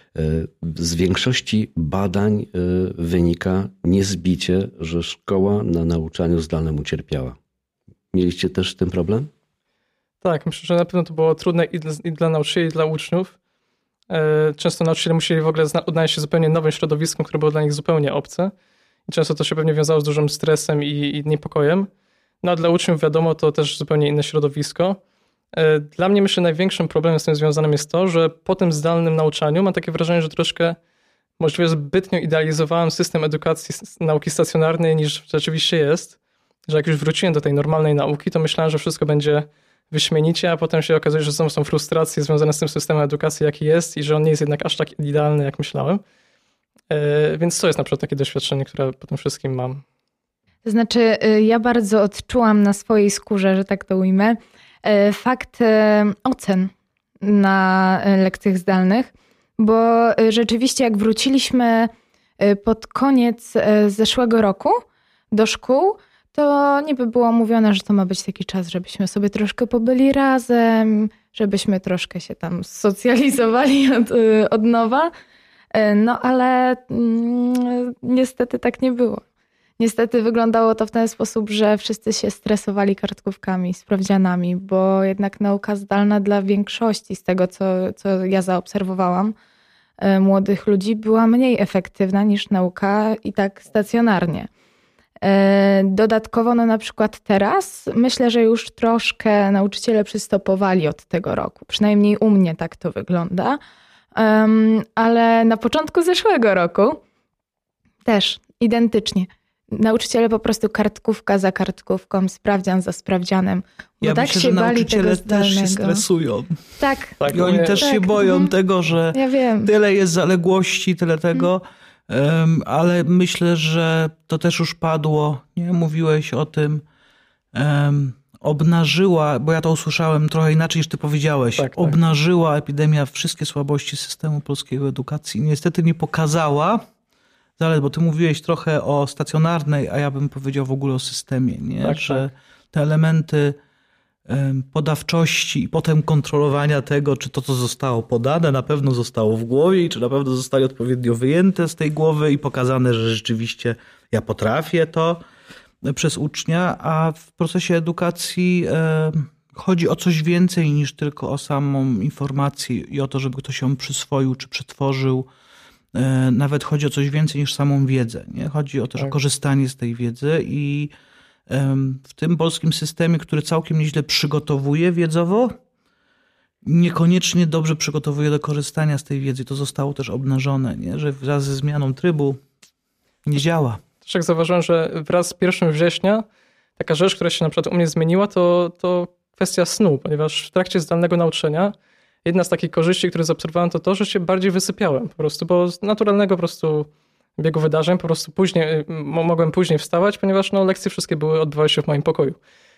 Z większości badań wynika niezbicie, że szkoła na nauczaniu zdalnym ucierpiała. Mieliście też z tym problem? Tak, myślę, że na pewno to było trudne i dla nauczycieli, i dla uczniów. Często nauczyciele musieli w ogóle odnaleźć się zupełnie nowym środowiskiem, które było dla nich zupełnie obce. I często to się pewnie wiązało z dużym stresem i niepokojem. No a dla uczniów, wiadomo, to też zupełnie inne środowisko. Dla mnie, myślę, największym problemem z tym związanym jest to, że po tym zdalnym nauczaniu mam takie wrażenie, że troszkę możliwie zbytnio idealizowałem system edukacji nauki stacjonarnej niż rzeczywiście jest. Że jak już wróciłem do tej normalnej nauki, to myślałem, że wszystko będzie wyśmienicie, a potem się okazuje, że są frustracje związane z tym systemem edukacji, jaki jest i że on nie jest jednak aż tak idealny, jak myślałem. Więc to jest na przykład takie doświadczenie, które po tym wszystkim mam. To znaczy, ja bardzo odczułam na swojej skórze, że tak to ujmę, fakt ocen na lekcjach zdalnych, bo rzeczywiście jak wróciliśmy pod koniec zeszłego roku do szkół, to niby było mówione, że to ma być taki czas, żebyśmy sobie troszkę pobyli razem, żebyśmy troszkę się tam socjalizowali od nowa. No ale niestety tak nie było. Niestety wyglądało to w ten sposób, że wszyscy się stresowali kartkówkami, sprawdzianami, bo jednak nauka zdalna dla większości z tego, co ja zaobserwowałam, młodych ludzi była mniej efektywna niż nauka i tak stacjonarnie. Dodatkowo, no na przykład teraz, myślę, że już troszkę nauczyciele przystopowali od tego roku. Przynajmniej u mnie tak to wygląda. Ale na początku zeszłego roku też identycznie. Nauczyciele po prostu kartkówka za kartkówką, sprawdzian za sprawdzianem. Bo Ja tak myślę, się że bali nauczyciele tego też zdalnego. się stresują. Tak. I oni też się boją tego, że Ja wiem. tyle jest zaległości, tyle tego. Ale myślę, że to też już padło, nie? Mówiłeś o tym, obnażyła, bo ja to usłyszałem trochę inaczej niż ty powiedziałeś, tak. Obnażyła epidemia wszystkie słabości systemu polskiego edukacji. Niestety nie pokazała zalet, bo ty mówiłeś trochę o stacjonarnej, a ja bym powiedział w ogóle o systemie, nie? Tak, że te elementy podawczości i potem kontrolowania tego, czy to, co zostało podane, na pewno zostało w głowie i czy na pewno zostało odpowiednio wyjęte z tej głowy i pokazane, że rzeczywiście ja potrafię to przez ucznia, a w procesie edukacji chodzi o coś więcej niż tylko o samą informację i o to, żeby ktoś ją przyswoił czy przetworzył. Nawet chodzi o coś więcej niż samą wiedzę. Nie? Chodzi o też o korzystanie z tej wiedzy i w tym polskim systemie, który całkiem nieźle przygotowuje wiedzowo, niekoniecznie dobrze przygotowuje do korzystania z tej wiedzy. To zostało też obnażone, nie? Że wraz ze zmianą trybu nie działa. Też jak zauważyłem, że wraz z 1 września taka rzecz, która się na przykład u mnie zmieniła, to kwestia snu, ponieważ w trakcie zdalnego nauczania jedna z takich korzyści, które zaobserwowałem, to, że się bardziej wysypiałem po prostu, bo z naturalnego po prostu biegu wydarzeń po prostu mogłem później wstawać, ponieważ lekcje wszystkie odbywały się w moim pokoju.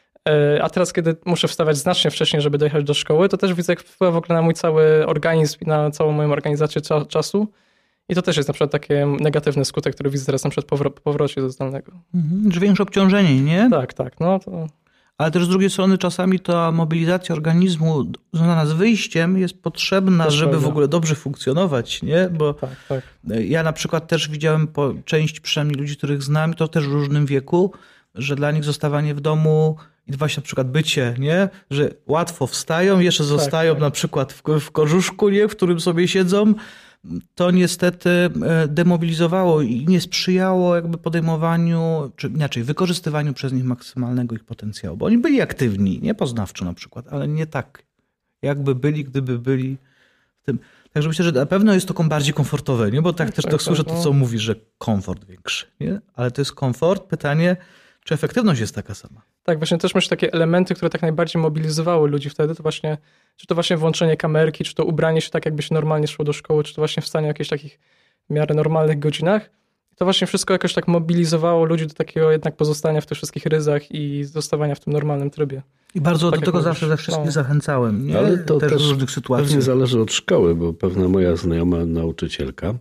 A teraz, kiedy muszę wstawać znacznie wcześniej, żeby dojechać do szkoły, to też widzę, jak wpływa w ogóle na mój cały organizm i na całą moją organizację czasu. I to też jest na przykład taki negatywny skutek, który widzę teraz na przykład po powrocie do zdalnego. Że większe obciążenie, nie? Tak. No to... Ale też z drugiej strony czasami ta mobilizacja organizmu związana z wyjściem jest potrzebna, żeby w ogóle dobrze funkcjonować, nie? Bo tak. Ja na przykład też widziałem część przynajmniej ludzi, których znam, to też w różnym wieku, że dla nich zostawanie w domu i właśnie na przykład bycie, nie? Że łatwo wstają, jeszcze zostają na przykład w korzuszku, nie? W którym sobie siedzą. To niestety demobilizowało i nie sprzyjało jakby podejmowaniu, czy inaczej wykorzystywaniu przez nich maksymalnego ich potencjału. Bo oni byli aktywni, nie poznawczo na przykład, ale nie tak, jakby byli, gdyby byli w tym. Także myślę, że na pewno jest to bardziej komfortowe, nie? Bo tak słyszę to, co mówisz, że komfort większy, nie? Ale to jest komfort. Pytanie, czy efektywność jest taka sama? Tak, właśnie też myślę, takie elementy, które tak najbardziej mobilizowały ludzi wtedy, to właśnie, czy to właśnie włączenie kamerki, czy to ubranie się tak, jakby się normalnie szło do szkoły, czy to właśnie wstanie w jakichś takich w miarę normalnych godzinach. To właśnie wszystko jakoś tak mobilizowało ludzi do takiego jednak pozostania w tych wszystkich ryzach i zostawania w tym normalnym trybie. I bardzo do tego zawsze wszystkich zachęcałem. Nie? Ale to też w różnych sytuacjach. Pewnie zależy od szkoły, bo pewna moja znajoma nauczycielka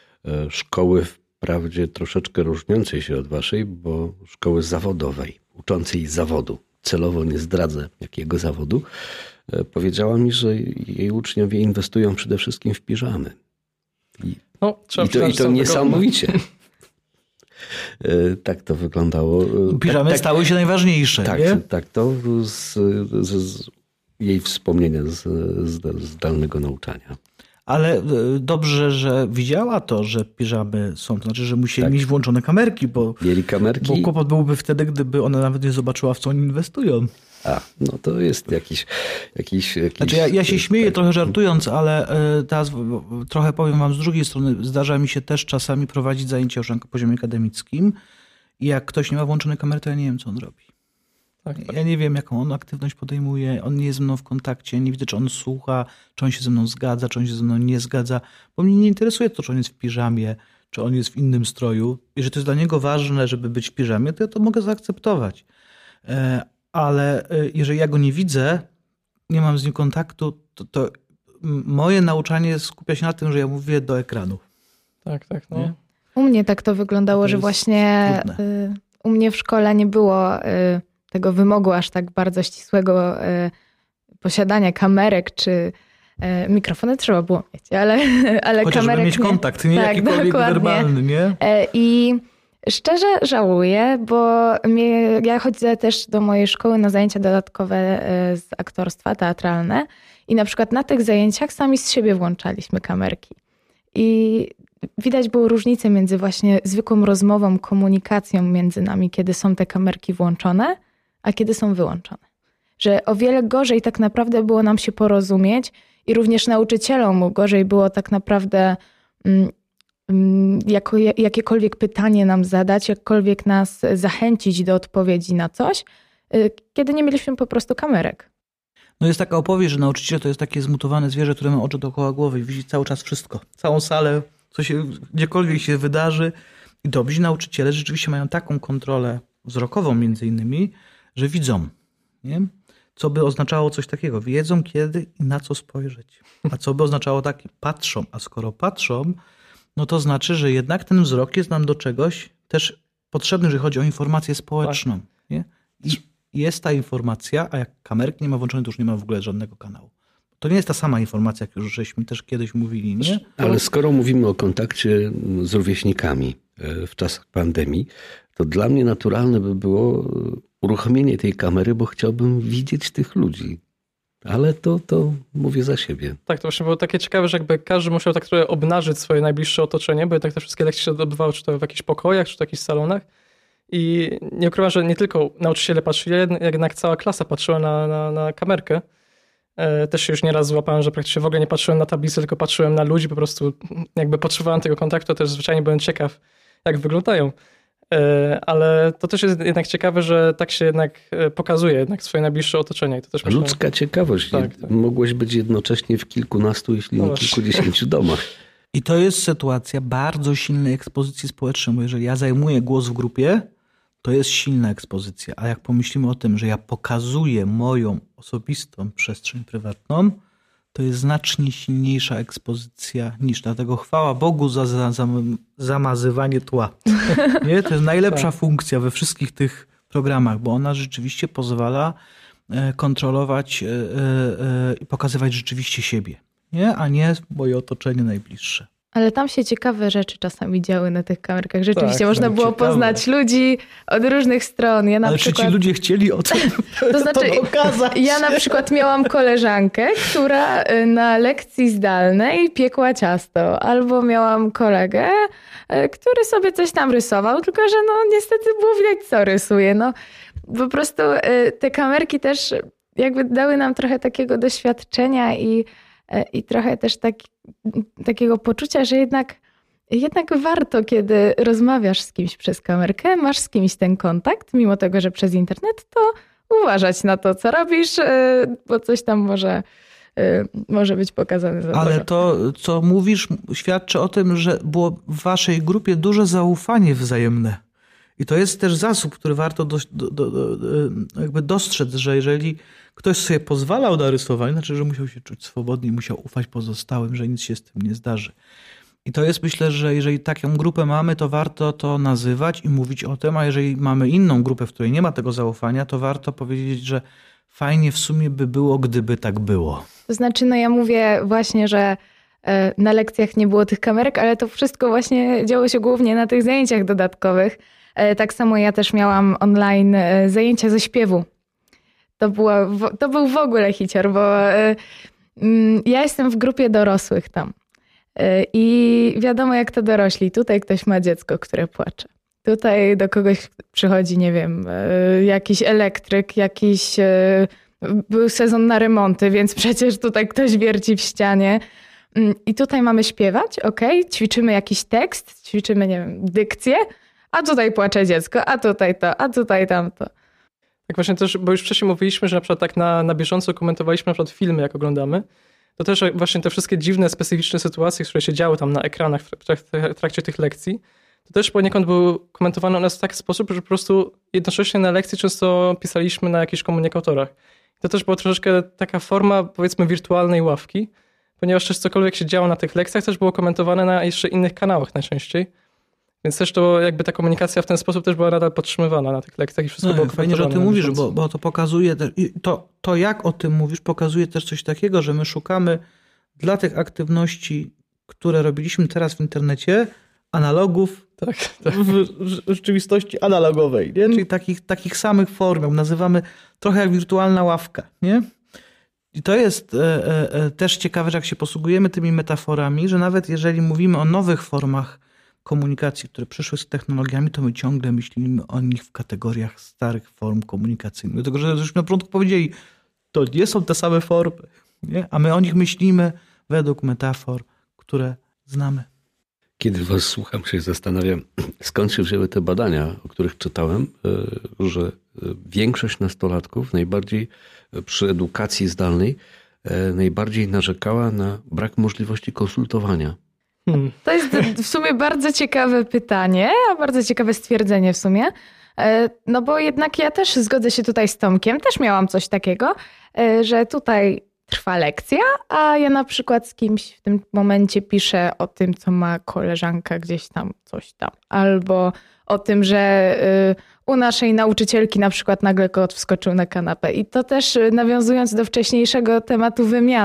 szkoły wprawdzie troszeczkę różniącej się od waszej, bo szkoły zawodowej, uczącej zawodu, celowo nie zdradzę jakiego zawodu, powiedziała mi, że jej uczniowie inwestują przede wszystkim w piżamy. I to niesamowicie. Tak to wyglądało. Piżamy stały się najważniejsze. Tak, to z jej wspomnienia z zdalnego nauczania. Ale dobrze, że widziała to, że piżamy są. To znaczy, że musieli mieć włączone kamerki, mieli kamerki. Bo kłopot byłby wtedy, gdyby ona nawet nie zobaczyła, w co oni inwestują. No to jest jakiś Znaczy ja się śmieję trochę żartując, ale teraz trochę powiem wam z drugiej strony. Zdarza mi się też czasami prowadzić zajęcia już na poziomie akademickim i jak ktoś nie ma włączonej kamery, to ja nie wiem, co on robi. Tak. Ja nie wiem, jaką on aktywność podejmuje, on nie jest ze mną w kontakcie, nie widzę, czy on słucha, czy on się ze mną zgadza, czy on się ze mną nie zgadza, bo mnie nie interesuje to, czy on jest w piżamie, czy on jest w innym stroju. Jeżeli to jest dla niego ważne, żeby być w piżamie, to ja to mogę zaakceptować. Ale jeżeli ja go nie widzę, nie mam z nim kontaktu, to moje nauczanie skupia się na tym, że ja mówię do ekranu. Tak. No. U mnie tak to wyglądało, że właśnie u mnie w szkole nie było tego wymogu aż tak bardzo ścisłego posiadania kamerek czy mikrofony trzeba było mieć, ale chociaż kamerek mieć kontakt, nie jakikolwiek dokładnie. Werbalny, nie? I szczerze żałuję, bo ja chodzę też do mojej szkoły na zajęcia dodatkowe z aktorstwa teatralne i na przykład na tych zajęciach sami z siebie włączaliśmy kamerki. I widać było różnicę między właśnie zwykłą rozmową, komunikacją między nami, kiedy są te kamerki włączone, a kiedy są wyłączone. Że o wiele gorzej tak naprawdę było nam się porozumieć i również nauczycielom gorzej było tak naprawdę jakiekolwiek pytanie nam zadać, jakkolwiek nas zachęcić do odpowiedzi na coś, kiedy nie mieliśmy po prostu kamerek. No jest taka opowieść, że nauczyciel to jest takie zmutowane zwierzę, które ma oczy dookoła głowy i widzi cały czas wszystko. Całą salę, co się gdziekolwiek się wydarzy. I dobrzy nauczyciele rzeczywiście mają taką kontrolę wzrokową między innymi, że widzą. Nie? Co by oznaczało coś takiego? Wiedzą kiedy i na co spojrzeć. A co by oznaczało takie? Patrzą. A skoro patrzą, no to znaczy, że jednak ten wzrok jest nam do czegoś też potrzebny, jeżeli chodzi o informację społeczną. Nie? I jest ta informacja, a jak kamerki nie ma włączonej, to już nie ma w ogóle żadnego kanału. To nie jest ta sama informacja, jak już żeśmy też kiedyś mówili. Nie? Ale skoro mówimy o kontakcie z rówieśnikami w czasach pandemii, to dla mnie naturalne by było uruchomienie tej kamery, bo chciałbym widzieć tych ludzi. Ale to mówię za siebie. Tak, to właśnie było takie ciekawe, że jakby każdy musiał tak trochę obnażyć swoje najbliższe otoczenie, bo jednak te wszystkie lekcje się odbywały, czy to w jakichś pokojach, czy to w jakichś salonach. I nie ukrywam, że nie tylko nauczyciele patrzyli, jednak cała klasa patrzyła na kamerkę. Też się już nieraz złapałem, że praktycznie w ogóle nie patrzyłem na tablicę, tylko patrzyłem na ludzi, po prostu jakby potrzebowałem tego kontaktu, też zwyczajnie byłem ciekaw, jak wyglądają. Ale to też jest jednak ciekawe, że tak się jednak pokazuje jednak swoje najbliższe otoczenie. I to też myślę, ludzka ciekawość. Tak. Mogłeś być jednocześnie w kilkunastu, jeśli nie kilkudziesięciu domach. I to jest sytuacja bardzo silnej ekspozycji społecznej, bo jeżeli ja zajmuję głos w grupie, to jest silna ekspozycja. A jak pomyślimy o tym, że ja pokazuję moją osobistą przestrzeń prywatną, to jest znacznie silniejsza ekspozycja niż. Dlatego chwała Bogu za zamazywanie tła. Nie? To jest najlepsza funkcja we wszystkich tych programach, bo ona rzeczywiście pozwala kontrolować i pokazywać rzeczywiście siebie, nie? A nie moje otoczenie najbliższe. Ale tam się ciekawe rzeczy czasami działy na tych kamerkach. Rzeczywiście Tak, można było ciekawe. poznać ludzi od różnych stron. Ja na Ale przykład... czy ci ludzie chcieli o tym To znaczy, pokazać? ja na przykład miałam koleżankę, która na lekcji zdalnej piekła ciasto. Albo miałam kolegę, który sobie coś tam rysował, tylko że no niestety było widać, co rysuje. No, po prostu te kamerki też jakby dały nam trochę takiego doświadczenia i trochę też takiego poczucia, że jednak warto, kiedy rozmawiasz z kimś przez kamerkę, masz z kimś ten kontakt, mimo tego, że przez internet, to uważać na to, co robisz, bo coś tam może być pokazane za Ale dużo. to, co mówisz, świadczy o tym, że było w waszej grupie duże zaufanie wzajemne. I to jest też zasób, który warto jakby dostrzec, że jeżeli ktoś sobie pozwalał na rysowanie, znaczy, że musiał się czuć swobodnie, musiał ufać pozostałym, że nic się z tym nie zdarzy. I to jest, myślę, że jeżeli taką grupę mamy, to warto to nazywać i mówić o tym, a jeżeli mamy inną grupę, w której nie ma tego zaufania, to warto powiedzieć, że fajnie w sumie by było, gdyby tak było. To znaczy, no ja mówię właśnie, że na lekcjach nie było tych kamerek, ale to wszystko właśnie działo się głównie na tych zajęciach dodatkowych. Tak samo ja też miałam online zajęcia ze śpiewu. To był w ogóle hicior, bo ja jestem w grupie dorosłych tam. I wiadomo, jak to dorośli. Tutaj ktoś ma dziecko, które płacze. Tutaj do kogoś przychodzi, nie wiem, jakiś elektryk, był sezon na remonty, więc przecież tutaj ktoś wierci w ścianie. I tutaj mamy śpiewać, ćwiczymy jakiś tekst, ćwiczymy, nie wiem, dykcję, a tutaj płacze dziecko, a tutaj to, a tutaj tamto. Tak właśnie też, bo już wcześniej mówiliśmy, że na przykład tak na bieżąco komentowaliśmy na przykład filmy, jak oglądamy. To też właśnie te wszystkie dziwne, specyficzne sytuacje, które się działy tam na ekranach w trakcie tych lekcji, to też poniekąd były komentowane u nas w taki sposób, że po prostu jednocześnie na lekcji często pisaliśmy na jakichś komunikatorach. To też była troszeczkę taka forma, powiedzmy, wirtualnej ławki, ponieważ też cokolwiek się działo na tych lekcjach też było komentowane na jeszcze innych kanałach najczęściej. Więc też to jakby ta komunikacja w ten sposób też była nadal podtrzymywana na tych lekcjach i wszystko było fajnie, że o tym mówisz, bieżąco. bo to pokazuje, to jak o tym mówisz, pokazuje też coś takiego, że my szukamy dla tych aktywności, które robiliśmy teraz w internecie, analogów Tak. w rzeczywistości analogowej, nie? Czyli takich samych form, nazywamy trochę jak wirtualna ławka, nie? I to jest też ciekawe, że jak się posługujemy tymi metaforami, że nawet jeżeli mówimy o nowych formach komunikacji, które przyszły z technologiami, to my ciągle myślimy o nich w kategoriach starych form komunikacyjnych. Dlatego, że już na początku powiedzieli, to nie są te same formy, nie? A my o nich myślimy według metafor, które znamy. Kiedy was słucham, się zastanawiam, skąd się wzięły te badania, o których czytałem, że większość nastolatków najbardziej przy edukacji zdalnej najbardziej narzekała na brak możliwości konsultowania. To jest w sumie bardzo ciekawe pytanie, a bardzo ciekawe stwierdzenie w sumie. No bo jednak ja też zgodzę się tutaj z Tomkiem, też miałam coś takiego, że tutaj trwa lekcja, a ja na przykład z kimś w tym momencie piszę o tym, co ma koleżanka gdzieś tam, coś tam. Albo o tym, że u naszej nauczycielki na przykład nagle kot wskoczył na kanapę. I to też nawiązując do wcześniejszego tematu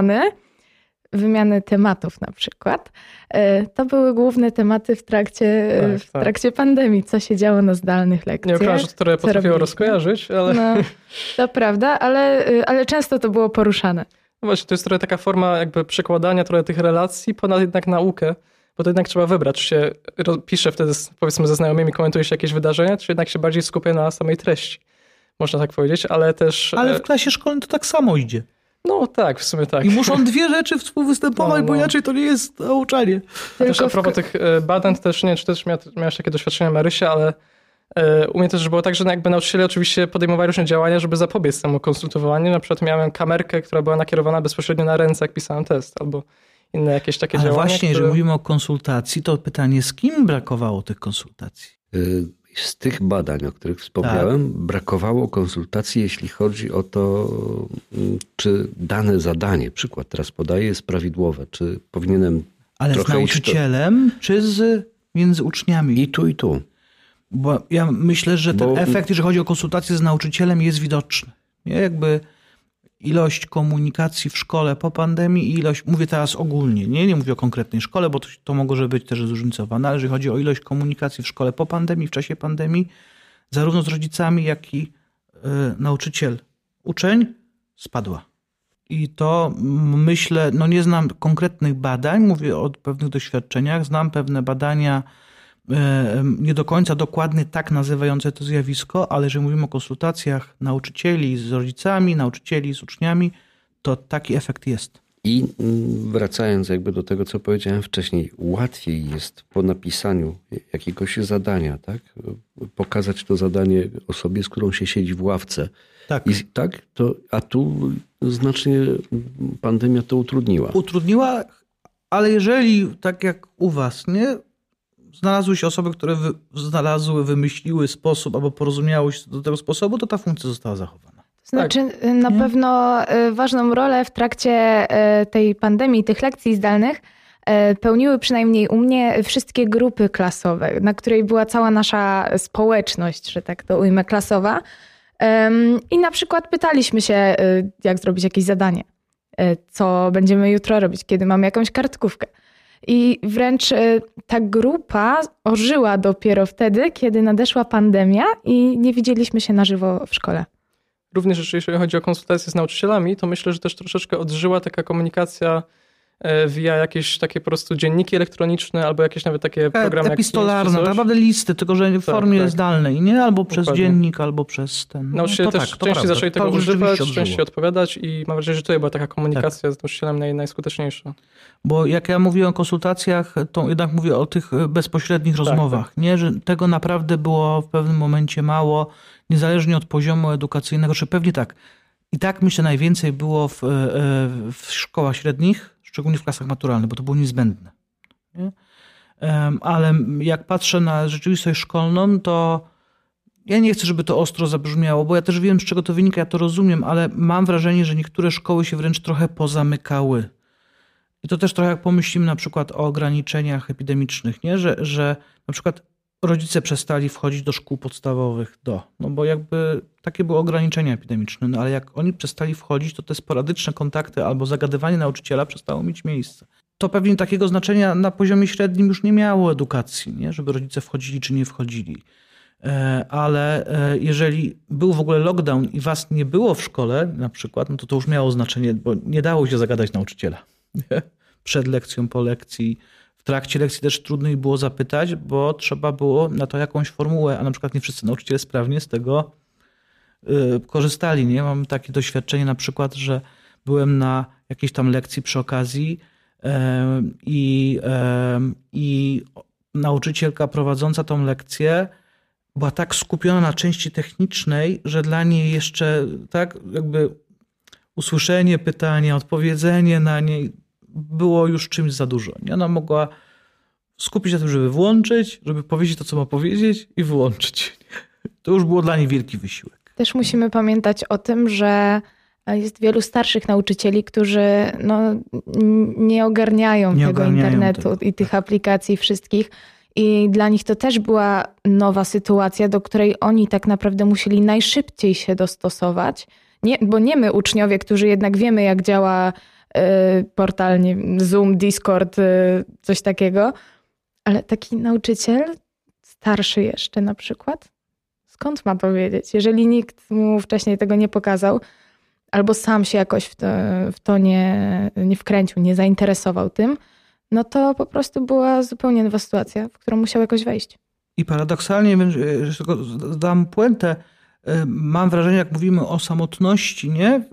wymiany tematów na przykład. To były główne tematy w trakcie pandemii, co się działo na zdalnych lekcjach. Nie okaże, które potrafiło rozkojarzyć, ale... No, to prawda, ale często to było poruszane. No właśnie, to jest trochę taka forma jakby przekładania trochę tych relacji ponad jednak naukę, bo to jednak trzeba wybrać, czy się pisze wtedy, powiedzmy, ze znajomymi, komentuje się jakieś wydarzenia, czy jednak się bardziej skupia na samej treści. Można tak powiedzieć, ale też... Ale w klasie szkolnej to tak samo idzie. No tak, w sumie tak. I muszą dwie rzeczy współwystępować, bo inaczej to nie jest nauczanie. Też a propos tych badań, też nie wiem, czy też miałeś takie doświadczenia, Marysia, ale u mnie też było tak, że jakby nauczyciele oczywiście podejmowali różne działania, żeby zapobiec temu konsultowaniu. Na przykład miałem kamerkę, która była nakierowana bezpośrednio na ręce, jak pisałem test, albo inne jakieś takie działania. Ale właśnie, jeżeli mówimy o konsultacji, to pytanie, z kim brakowało tych konsultacji? Z tych badań, o których wspomniałem, brakowało konsultacji, jeśli chodzi o to, czy dane zadanie, przykład teraz podaję, jest prawidłowe, czy powinienem ale z nauczycielem, czy między uczniami? I tu, i tu. Bo ja myślę, że ten efekt, jeżeli chodzi o konsultację z nauczycielem, jest widoczny. Nie? Jakby ilość komunikacji w szkole po pandemii i ilość, mówię teraz ogólnie, nie mówię o konkretnej szkole, bo to może być też zróżnicowane, ale jeżeli chodzi o ilość komunikacji w szkole po pandemii, w czasie pandemii, zarówno z rodzicami, jak i nauczyciel, uczeń, spadła. I to myślę, nie znam konkretnych badań, mówię o pewnych doświadczeniach, znam pewne badania nie do końca dokładnie tak nazywające to zjawisko, ale jeżeli mówimy o konsultacjach nauczycieli z rodzicami, nauczycieli z uczniami, to taki efekt jest. I wracając jakby do tego, co powiedziałem wcześniej, łatwiej jest po napisaniu jakiegoś zadania, tak? Pokazać to zadanie osobie, z którą się siedzi w ławce. Tak. A tu znacznie pandemia to utrudniła. Utrudniła, ale jeżeli, tak jak u was, nie? Znalazły się osoby, które wymyśliły sposób albo porozumiały się do tego sposobu, to ta funkcja została zachowana. To znaczy na pewno ważną rolę w trakcie tej pandemii, tych lekcji zdalnych pełniły przynajmniej u mnie wszystkie grupy klasowe, na której była cała nasza społeczność, że tak to ujmę, klasowa. I na przykład pytaliśmy się, jak zrobić jakieś zadanie, co będziemy jutro robić, kiedy mamy jakąś kartkówkę. I wręcz ta grupa ożyła dopiero wtedy, kiedy nadeszła pandemia i nie widzieliśmy się na żywo w szkole. Również jeżeli chodzi o konsultacje z nauczycielami, to myślę, że też troszeczkę odżyła taka komunikacja via jakieś takie po prostu dzienniki elektroniczne albo jakieś nawet takie programy epistolarne, tak naprawdę listy, tylko że w formie zdalnej, nie? Albo przez dziennik, albo przez ten... Nauczyciele też częściej zaczęli tego używać, częściej odpowiadać i mam wrażenie, że tutaj była taka komunikacja z nauczycielem najskuteczniejsza. Bo jak ja mówię o konsultacjach, to jednak mówię o tych bezpośrednich rozmowach, nie? Że tego naprawdę było w pewnym momencie mało, niezależnie od poziomu edukacyjnego, czy pewnie tak. I tak myślę najwięcej było w szkołach średnich, szczególnie w klasach maturalnych, bo to było niezbędne. Nie? Ale jak patrzę na rzeczywistość szkolną, to ja nie chcę, żeby to ostro zabrzmiało, bo ja też wiem, z czego to wynika, ja to rozumiem, ale mam wrażenie, że niektóre szkoły się wręcz trochę pozamykały. I to też trochę jak pomyślimy na przykład o ograniczeniach epidemicznych, nie? Że na przykład rodzice przestali wchodzić do szkół podstawowych, bo jakby takie były ograniczenia epidemiczne, ale jak oni przestali wchodzić, to te sporadyczne kontakty albo zagadywanie nauczyciela przestało mieć miejsce. To pewnie takiego znaczenia na poziomie średnim już nie miało edukacji, nie? Żeby rodzice wchodzili czy nie wchodzili. Ale jeżeli był w ogóle lockdown i was nie było w szkole na przykład, no to już miało znaczenie, bo nie dało się zagadać nauczyciela. Przed lekcją, po lekcji. W trakcie lekcji też trudniej było zapytać, bo trzeba było na to jakąś formułę, a na przykład nie wszyscy nauczyciele sprawnie z tego korzystali. Nie? Mam takie doświadczenie na przykład, że byłem na jakiejś tam lekcji przy okazji i nauczycielka prowadząca tą lekcję była tak skupiona na części technicznej, że dla niej jeszcze tak jakby usłyszenie pytania, odpowiedzenie na nie było już czymś za dużo. Nie? Ona mogła skupić się na tym, żeby włączyć, żeby powiedzieć to, co ma powiedzieć i wyłączyć. To już było dla niej wielki wysiłek. Też musimy pamiętać o tym, że jest wielu starszych nauczycieli, którzy nie ogarniają tego internetu i tych aplikacji wszystkich. I dla nich to też była nowa sytuacja, do której oni tak naprawdę musieli najszybciej się dostosować. Bo nie my, uczniowie, którzy jednak wiemy, jak działa portal, Zoom, Discord, coś takiego, ale taki nauczyciel, starszy jeszcze na przykład, skąd ma to wiedzieć? Jeżeli nikt mu wcześniej tego nie pokazał, albo sam się jakoś w to nie wkręcił, nie zainteresował tym, no to po prostu była zupełnie nowa sytuacja, w którą musiał jakoś wejść. I paradoksalnie, że tylko dam puentę, mam wrażenie, jak mówimy o samotności, nie?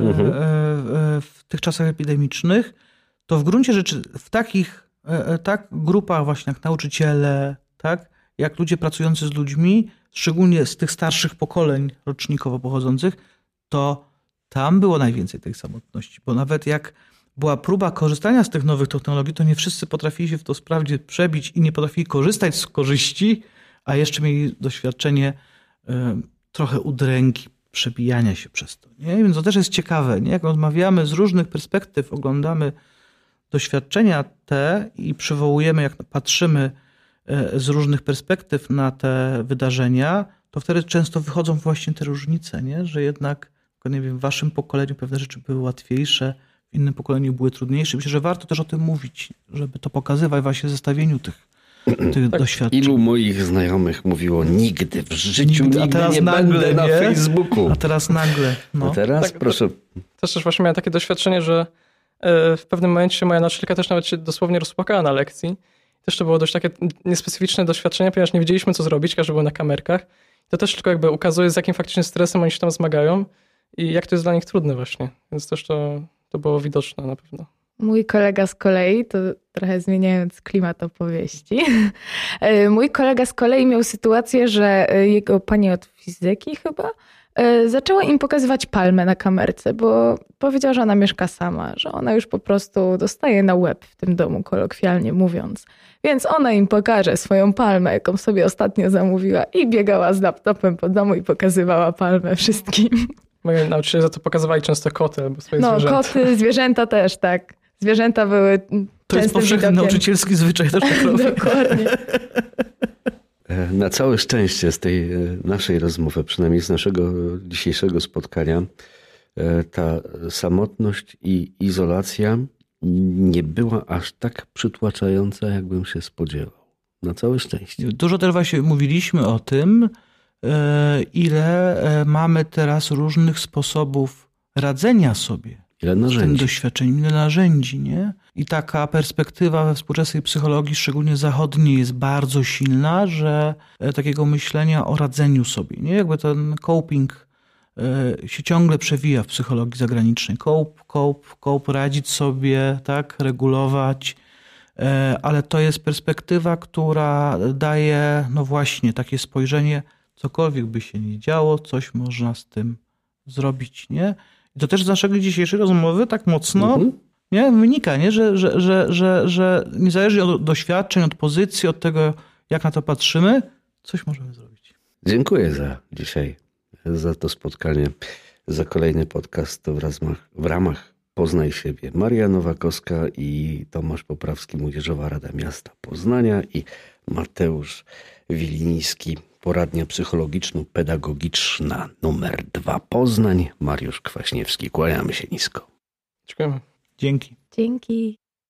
W tych czasach epidemicznych, to w gruncie rzeczy w takich grupach właśnie jak nauczyciele, tak? Jak ludzie pracujący z ludźmi, szczególnie z tych starszych pokoleń rocznikowo pochodzących, to tam było najwięcej tej samotności. Bo nawet jak była próba korzystania z tych nowych technologii, to nie wszyscy potrafili się w to sprawdzie przebić i nie potrafili korzystać z korzyści, a jeszcze mieli doświadczenie trochę udręki, przebijania się przez to. Nie? Więc to też jest ciekawe. Nie? Jak rozmawiamy z różnych perspektyw, oglądamy doświadczenia te i przywołujemy, jak patrzymy z różnych perspektyw na te wydarzenia, to wtedy często wychodzą właśnie te różnice, nie? Że jednak, nie wiem, w waszym pokoleniu pewne rzeczy były łatwiejsze, w innym pokoleniu były trudniejsze. Myślę, że warto też o tym mówić, żeby to pokazywać właśnie w zestawieniu tych doświadczeń. Ilu moich znajomych mówiło nigdy w życiu, nigdy nie będę na Facebooku. A teraz nagle. No. A teraz proszę. Też właśnie miałem takie doświadczenie, że w pewnym momencie moja nauczycielka też nawet się dosłownie rozpłakała na lekcji. Też to było dość takie niespecyficzne doświadczenie, ponieważ nie wiedzieliśmy, co zrobić, każdy był na kamerkach. To też tylko jakby ukazuje, z jakim faktycznie stresem oni się tam zmagają i jak to jest dla nich trudne właśnie. Więc też to było widoczne na pewno. Mój kolega z kolei, to trochę zmieniając klimat opowieści, mój kolega z kolei miał sytuację, że jego pani od fizyki chyba zaczęła im pokazywać palmę na kamerce, bo powiedziała, że ona mieszka sama, że ona już po prostu dostaje na łeb w tym domu, kolokwialnie mówiąc. Więc ona im pokaże swoją palmę, jaką sobie ostatnio zamówiła i biegała z laptopem po domu i pokazywała palmę wszystkim. Moi nauczyciele za to pokazywali często koty albo swoje zwierzęta. No koty, zwierzęta też, tak. Zwierzęta były to jest powszechny widokiem. Nauczycielski zwyczaj też tak robi. Dokładnie. Na całe szczęście z tej naszej rozmowy, przynajmniej z naszego dzisiejszego spotkania, ta samotność i izolacja nie była aż tak przytłaczająca, jakbym się spodziewał. Na całe szczęście. Dużo też właśnie mówiliśmy o tym, ile mamy teraz różnych sposobów radzenia sobie. Ile narzędzi. Z tym doświadczeniem, ile narzędzi, nie? I taka perspektywa we współczesnej psychologii, szczególnie zachodniej, jest bardzo silna, że takiego myślenia o radzeniu sobie, nie? Jakby ten coping się ciągle przewija w psychologii zagranicznej. Cope, radzić sobie, tak? Regulować. Ale to jest perspektywa, która daje, no właśnie, takie spojrzenie, cokolwiek by się nie działo, coś można z tym zrobić, nie? I to też z naszej dzisiejszej rozmowy tak mocno nie, wynika, nie? Że niezależnie od doświadczeń, od pozycji, od tego, jak na to patrzymy, coś możemy zrobić. Dziękuję za dzisiaj, za to spotkanie, za kolejny podcast w ramach Poznaj siebie. Maria Nowakowska i Tomasz Poprawski, Młodzieżowa Rada Miasta Poznania i Mateusz Wiliński, Poradnia psychologiczno-pedagogiczna numer 2 Poznań. Mariusz Kwaśniewski. Kłaniamy się nisko. Dziękujemy. Dzięki. Dzięki.